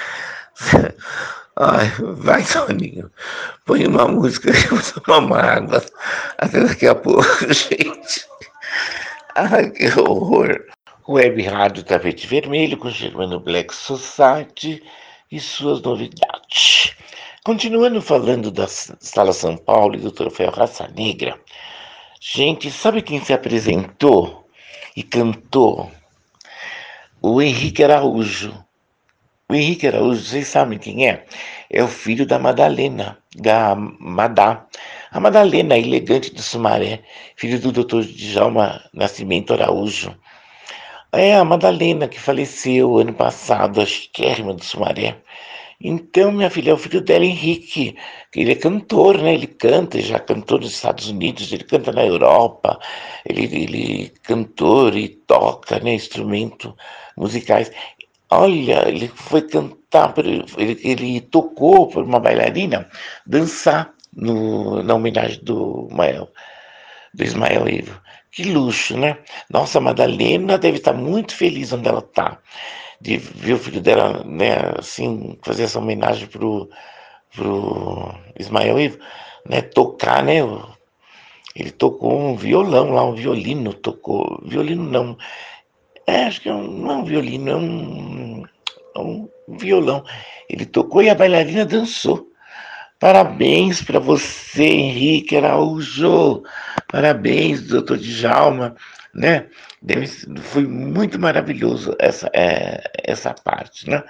Ai, vai, Toninho, põe uma música que eu vou tomar uma água. Até daqui a pouco, gente. Ai, que horror. Web Rádio Tapete Vermelho com Germano Black Society e suas novidades. Continuando falando da Sala São Paulo e do Troféu Raça Negra, gente, sabe quem se apresentou e cantou? O Henrique Araújo. O Henrique Araújo, vocês sabem quem é? É o filho da Madalena, da Madá. A Madalena, elegante do Sumaré, filho do Dr. Djalma Nascimento Araújo. É a Madalena que faleceu ano passado, a chiquérrima do Sumaré. Então, minha filha, é o filho dela, Henrique, que ele é cantor, né? Ele canta, já cantou nos Estados Unidos, ele canta na Europa, ele é cantor e toca, né, instrumentos musicais. Olha, ele foi cantar, ele tocou por uma bailarina dançar na homenagem do Ismael Ivo. Que luxo, né? Nossa, a Madalena deve estar muito feliz onde ela está, de ver o filho dela, né, assim, fazer essa homenagem pro Ismael Ivo, né, tocar, né? Ele tocou um violão lá, um violino não. Acho que não é um violino, um violão. Ele tocou e a bailarina dançou. Parabéns para você, Henrique Araújo. Parabéns, doutor Djalma, né? Foi muito maravilhoso essa parte, né?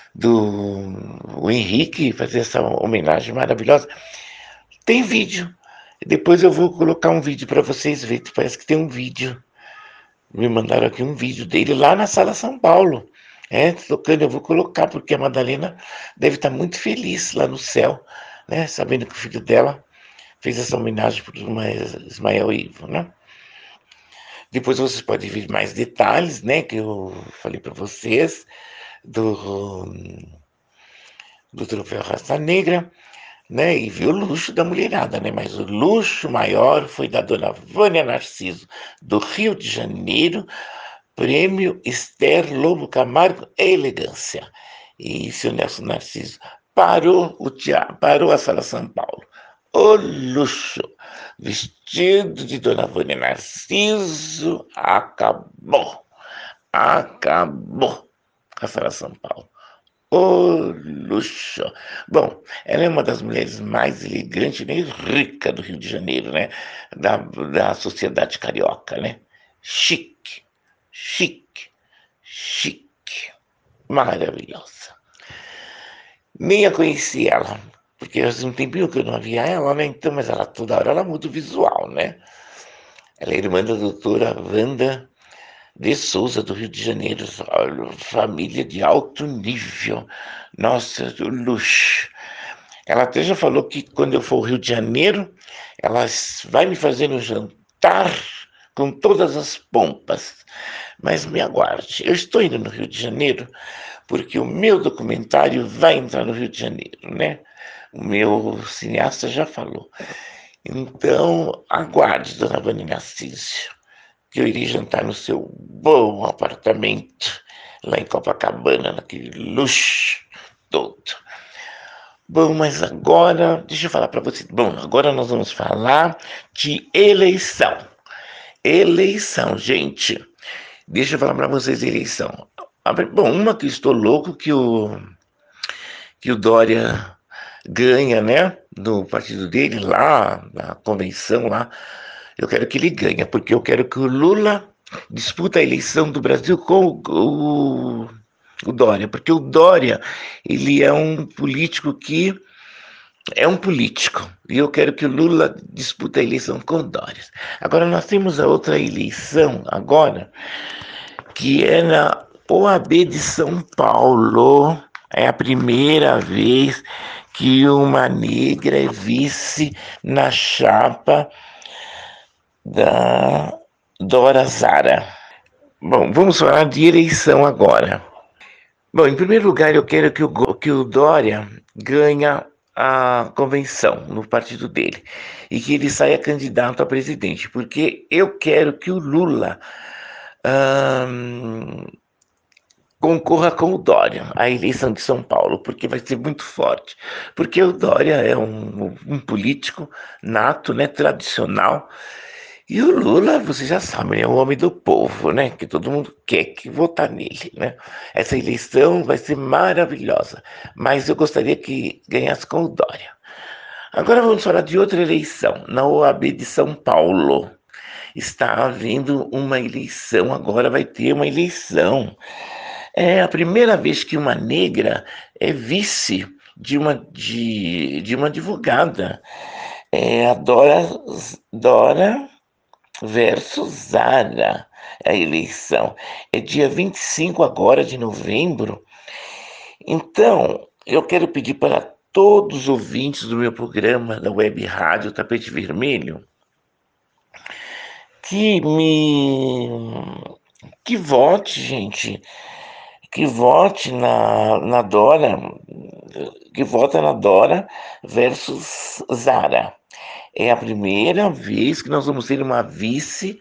O Henrique fazer essa homenagem maravilhosa. Tem vídeo. Depois eu vou colocar um vídeo para vocês verem. Parece que tem um vídeo. Me mandaram aqui um vídeo dele lá na Sala São Paulo. Tocando, eu vou colocar, porque a Madalena deve estar muito feliz lá no céu, né? Sabendo que o filho dela fez essa homenagem para o Ismael Ivo, né? Depois vocês podem ver mais detalhes, né? Que eu falei para vocês do Troféu Raça Negra, né? E viu o luxo da mulherada, né? Mas o luxo maior foi da dona Vânia Narciso, do Rio de Janeiro, Prêmio Esther Lobo Camargo Elegância. E seu Nelson Narciso parou a Sala São Paulo. O luxo, vestido de dona Vânia Narciso, acabou a Sala São Paulo. O luxo. Bom, ela é uma das mulheres mais elegantes e rica do Rio de Janeiro, né? Da sociedade carioca, né? Chique. Maravilhosa. Nem a conheci ela, porque faz um tempinho que eu não via ela, né? Então, mas ela toda hora ela muda o visual, né? Ela é irmã da doutora Wanda de Souza, do Rio de Janeiro, família de alto nível. Nossa, luxo. Ela até já falou que quando eu for ao Rio de Janeiro, ela vai me fazer um jantar com todas as pompas. Mas me aguarde, eu estou indo no Rio de Janeiro porque o meu documentário vai entrar no Rio de Janeiro, né? O meu cineasta já falou. Então, aguarde, dona Vânia Narciso, que eu irei jantar no seu bom apartamento, lá em Copacabana, naquele luxo todo. Bom, mas agora, deixa eu falar para você. Bom, agora nós vamos falar de eleição. Eleição, gente. Deixa eu falar para vocês eleição. Bom, uma que estou louco que o Dória ganha, né? No partido dele lá, na convenção lá. Eu quero que ele ganhe, porque eu quero que o Lula disputa a eleição do Brasil com o Dória, porque o Dória, ele é um político que é um político, e eu quero que o Lula dispute a eleição com o Dória. Agora, nós temos a outra eleição, agora, que é na OAB de São Paulo. É a primeira vez que uma negra é vice na chapa da Dora Zara. Bom, vamos falar de eleição agora. Bom, em primeiro lugar, eu quero que o Dória ganhe a convenção no partido dele e que ele saia candidato a presidente, porque eu quero que o Lula concorra com o Dória à eleição de São Paulo, porque vai ser muito forte, porque o Dória é um político nato, né, tradicional, e o Lula, você já sabe, é o homem do povo, né, que todo mundo quer que votar nele, né. Essa eleição vai ser maravilhosa, mas eu gostaria que ganhasse com o Dória. Agora vamos falar de outra eleição, na OAB de São Paulo. Está havendo uma eleição, agora vai ter uma eleição. É a primeira vez que uma negra é vice de uma advogada. É a Dora versus Zara, a eleição. É dia 25 agora de novembro. Então, eu quero pedir para todos os ouvintes do meu programa da Web Rádio Tapete Vermelho que vote, gente, que vote na Dora, que vota na Dora versus Zara. É a primeira vez que nós vamos ter uma vice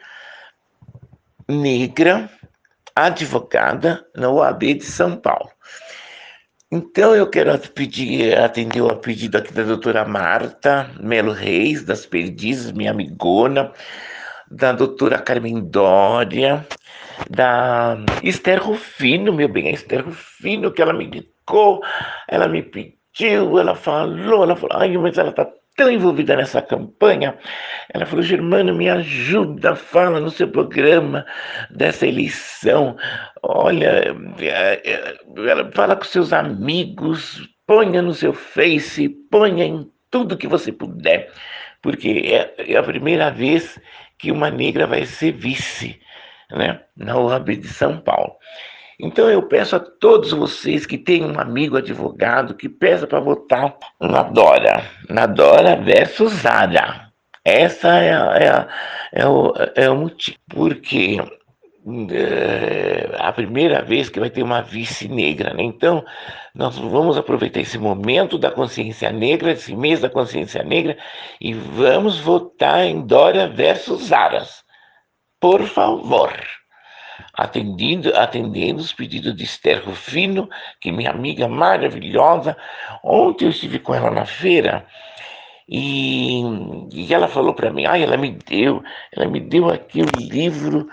negra advogada na OAB de São Paulo. Então eu quero atender o pedido aqui da doutora Marta Melo Reis, das Perdizes, minha amigona, da doutora Carmen Dória, da Esther Rufino, meu bem, a Esther Rufino, que ela me indicou, ela me pediu, ela falou, ai, mas ela está tão envolvida nessa campanha. Ela falou: Germano, me ajuda, fala no seu programa dessa eleição, olha, ela fala com seus amigos, ponha no seu Face, ponha em tudo que você puder, porque é a primeira vez que uma negra vai ser vice, né, na OAB de São Paulo. Então eu peço a todos vocês que têm um amigo advogado que peça para votar na Dora versus Zara. Essa é o motivo, porque a primeira vez que vai ter uma vice negra, né? Então nós vamos aproveitar esse momento da consciência negra, esse mês da consciência negra, e vamos votar em Dora versus Zara, por favor. Atendendo os pedidos de Esther Rufino, que é minha amiga maravilhosa. Ontem eu estive com ela na feira e ela falou para mim, ela me deu aqui o livro,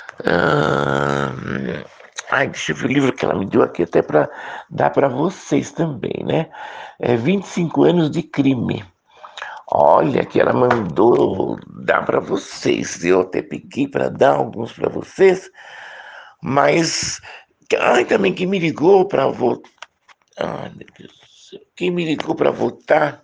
deixa eu ver o livro que ela me deu aqui, até para dar para vocês também, né? 25 anos de crime. Olha, que ela mandou dar para vocês. Eu até peguei para dar alguns para vocês, mas também quem me ligou para votar, quem me ligou para votar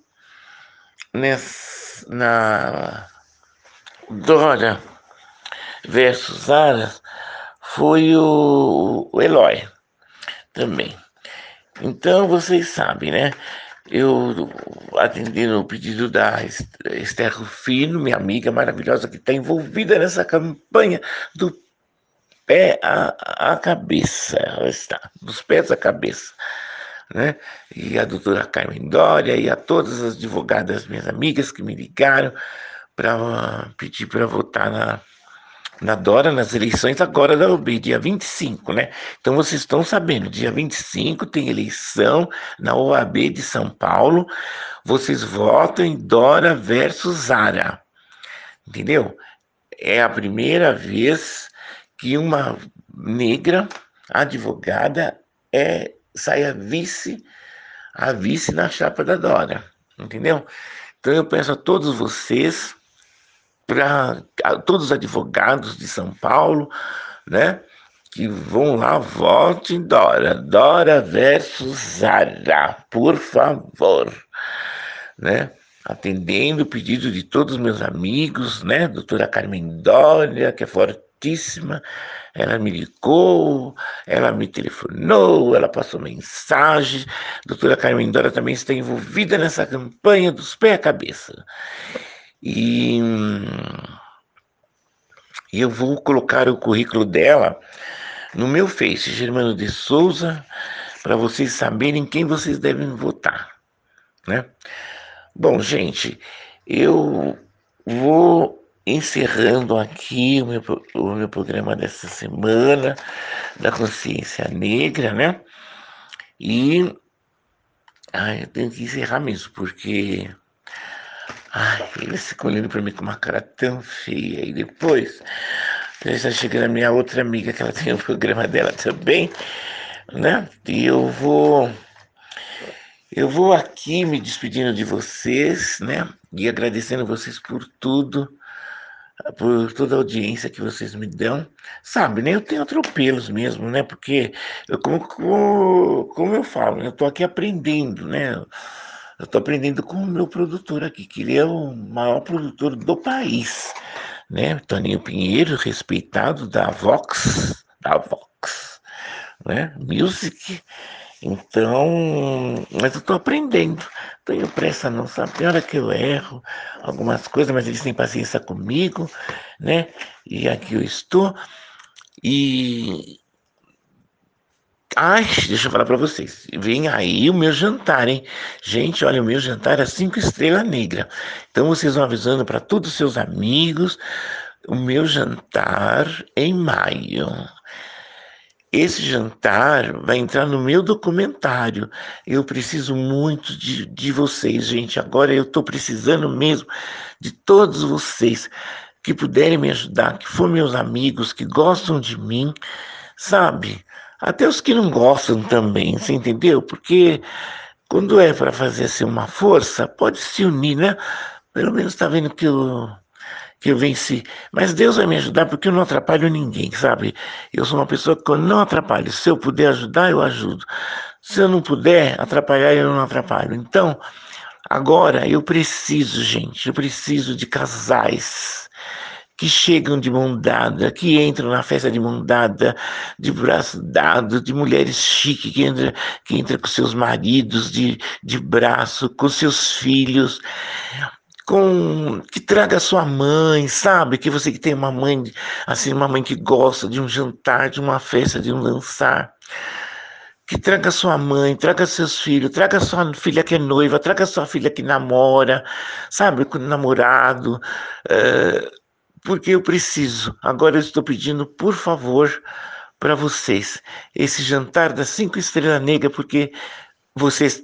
na Dora versus Zara foi o Eloy também. Então vocês sabem, né? Eu atendendo o pedido da Esther Rufino, minha amiga maravilhosa, que está envolvida nessa campanha do pé à cabeça. Ela está dos pés à cabeça, né? E a doutora Carmen Dória e a todas as advogadas, minhas amigas, que me ligaram para pedir para votar na Dora, nas eleições agora da OAB, dia 25, né? Então vocês estão sabendo, dia 25 tem eleição na OAB de São Paulo, vocês votam em Dora versus Zara, entendeu? É a primeira vez que uma negra advogada sai a vice na chapa da Dora, entendeu? Então eu peço a todos vocês, para todos os advogados de São Paulo, né, que vão lá, votem Dora versus Zara, por favor, né, atendendo o pedido de todos os meus amigos, né, doutora Carmen Dória, que é fortíssima, ela me ligou, ela me telefonou, ela passou mensagem, doutora Carmen Dória também está envolvida nessa campanha dos pés à cabeça. E eu vou colocar o currículo dela no meu Face, Germano de Souza, para vocês saberem quem vocês devem votar, né? Bom, gente, eu vou encerrando aqui o meu programa dessa semana da consciência negra, né? E eu tenho que encerrar mesmo, porque eles ficam olhando para mim com uma cara tão feia. E depois já está chegando a minha outra amiga, que ela tem o programa dela também, né? E eu vou aqui me despedindo de vocês, né? E agradecendo vocês por tudo, por toda a audiência que vocês me dão. Sabe, né? Eu tenho atropelos mesmo, né? Porque, como eu falo, eu estou aqui aprendendo, né? Eu estou aprendendo com o meu produtor aqui, que ele é o maior produtor do país, né? Toninho Pinheiro, respeitado da Vox, né? Music. Então, mas eu estou aprendendo. Tenho pressa não, sabe? Tem hora que eu erro algumas coisas, mas eles têm paciência comigo, né? E aqui eu estou. Deixa eu falar para vocês. Vem aí o meu jantar, hein? Gente, olha, o meu jantar é 5 estrelas negra. Então vocês vão avisando para todos os seus amigos o meu jantar em maio. Esse jantar vai entrar no meu documentário. Eu preciso muito de vocês, gente. Agora eu estou precisando mesmo de todos vocês que puderem me ajudar, que for meus amigos, que gostam de mim, sabe? Até os que não gostam também, você entendeu? Porque quando é para fazer assim uma força, pode se unir, né? Pelo menos tá vendo que eu venci. Mas Deus vai me ajudar porque eu não atrapalho ninguém, sabe? Eu sou uma pessoa que eu não atrapalho. Se eu puder ajudar, eu ajudo. Se eu não puder atrapalhar, eu não atrapalho. Então, agora eu preciso, gente, eu preciso de casais que chegam de mão dada, que entram na festa de mão dada, de braço dado, de mulheres chiques que entra com seus maridos de braço, com seus filhos, que traga sua mãe, sabe? Que você que tem uma mãe, assim, uma mãe que gosta de um jantar, de uma festa, de um dançar. Que traga sua mãe, traga seus filhos, traga sua filha que é noiva, traga sua filha que namora, sabe? Com namorado. Porque eu preciso. Agora eu estou pedindo, por favor, para vocês, esse jantar das 5 Estrelas Negras, porque vocês,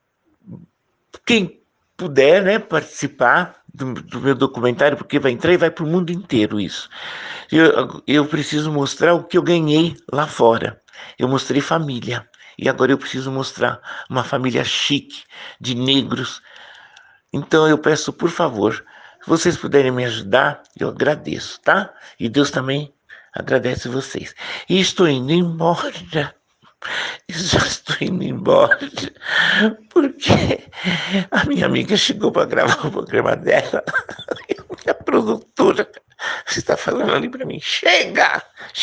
quem puder, né, participar do meu documentário, porque vai entrar e vai para o mundo inteiro isso. Eu preciso mostrar o que eu ganhei lá fora. Eu mostrei família. E agora eu preciso mostrar uma família chique, de negros. Então eu peço, por favor, se vocês puderem me ajudar, eu agradeço, tá? E Deus também agradece vocês. E estou indo embora. Já estou indo embora. Porque a minha amiga chegou para gravar o programa dela. E a produtora está falando ali para mim. Chega!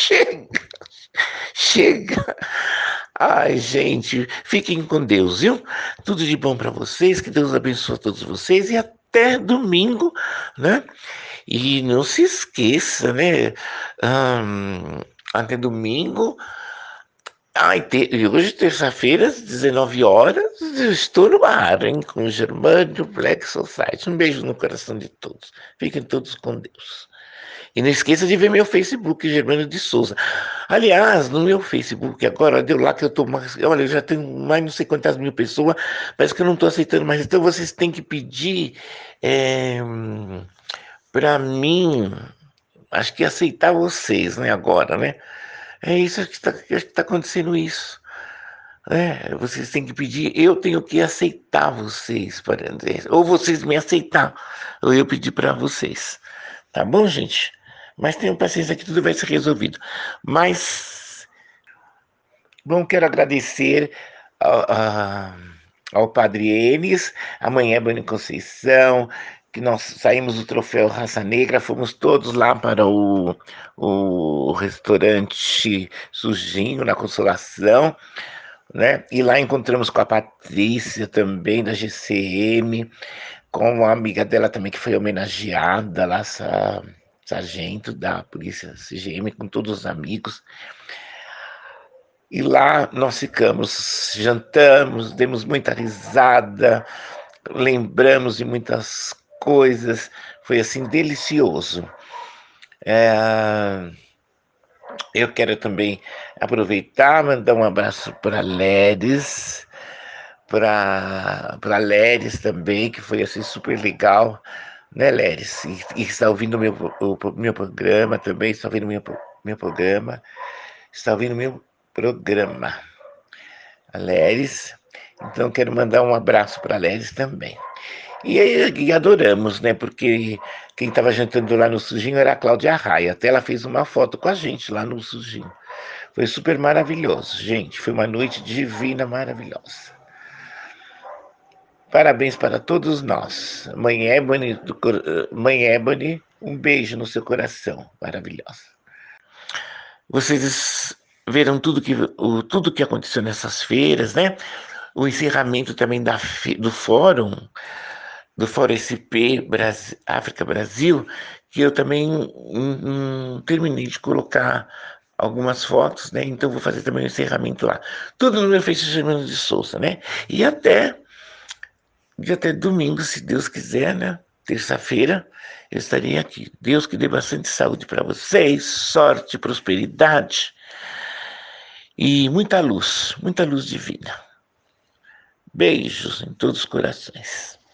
Ai, gente, fiquem com Deus, viu? Tudo de bom para vocês, que Deus abençoe a todos vocês e até domingo, né? E não se esqueça, né? Até domingo. E hoje, terça-feira, às 19 horas, eu estou no ar, hein? Com o Germânio Black Society. Um beijo no coração de todos. Fiquem todos com Deus. E não esqueça de ver meu Facebook, Germânio de Souza. Aliás, no meu Facebook agora, deu lá que eu tô mais... Olha, eu já tenho mais não sei quantas mil pessoas, parece que eu não estou aceitando mais. Então vocês têm que pedir para mim, acho que aceitar vocês, né, agora, né? É isso que está acontecendo isso. Vocês têm que pedir, eu tenho que aceitar vocês, ou vocês me aceitar, ou eu pedir para vocês. Tá bom, gente? Mas tenham paciência que tudo vai ser resolvido. Mas, bom, quero agradecer ao Padre Enes, amanhã é Bani Conceição, que nós saímos do troféu Raça Negra, fomos todos lá para o restaurante Sujinho, na Consolação, né? E lá encontramos com a Patrícia também, da GCM, com uma amiga dela também que foi homenageada lá, sargento da Polícia CGM, com todos os amigos. E lá nós ficamos, jantamos, demos muita risada, lembramos de muitas coisas, foi assim delicioso. Eu quero também aproveitar, mandar um abraço para Leris, para Leris também, que foi assim super legal, né, Leris? E está ouvindo o meu programa também, está ouvindo meu programa, a Leris. Então quero mandar um abraço para a Leris também. E adoramos, né? Porque quem estava jantando lá no Sujinho era a Cláudia Arraia. Até ela fez uma foto com a gente lá no Sujinho. Foi super maravilhoso, gente. Foi uma noite divina, maravilhosa. Parabéns para todos nós. Mãe Ébony, um beijo no seu coração. Maravilhosa. Vocês verão tudo que aconteceu nessas feiras, né? O encerramento também do Fórum SP África Brasil, que eu também terminei de colocar algumas fotos, né? Então vou fazer também o encerramento lá. Tudo no meu Facebook Germano de Souza, né? E até domingo, se Deus quiser, né? Terça-feira, eu estarei aqui. Deus que dê bastante saúde para vocês, sorte, prosperidade e muita luz divina. Beijos em todos os corações.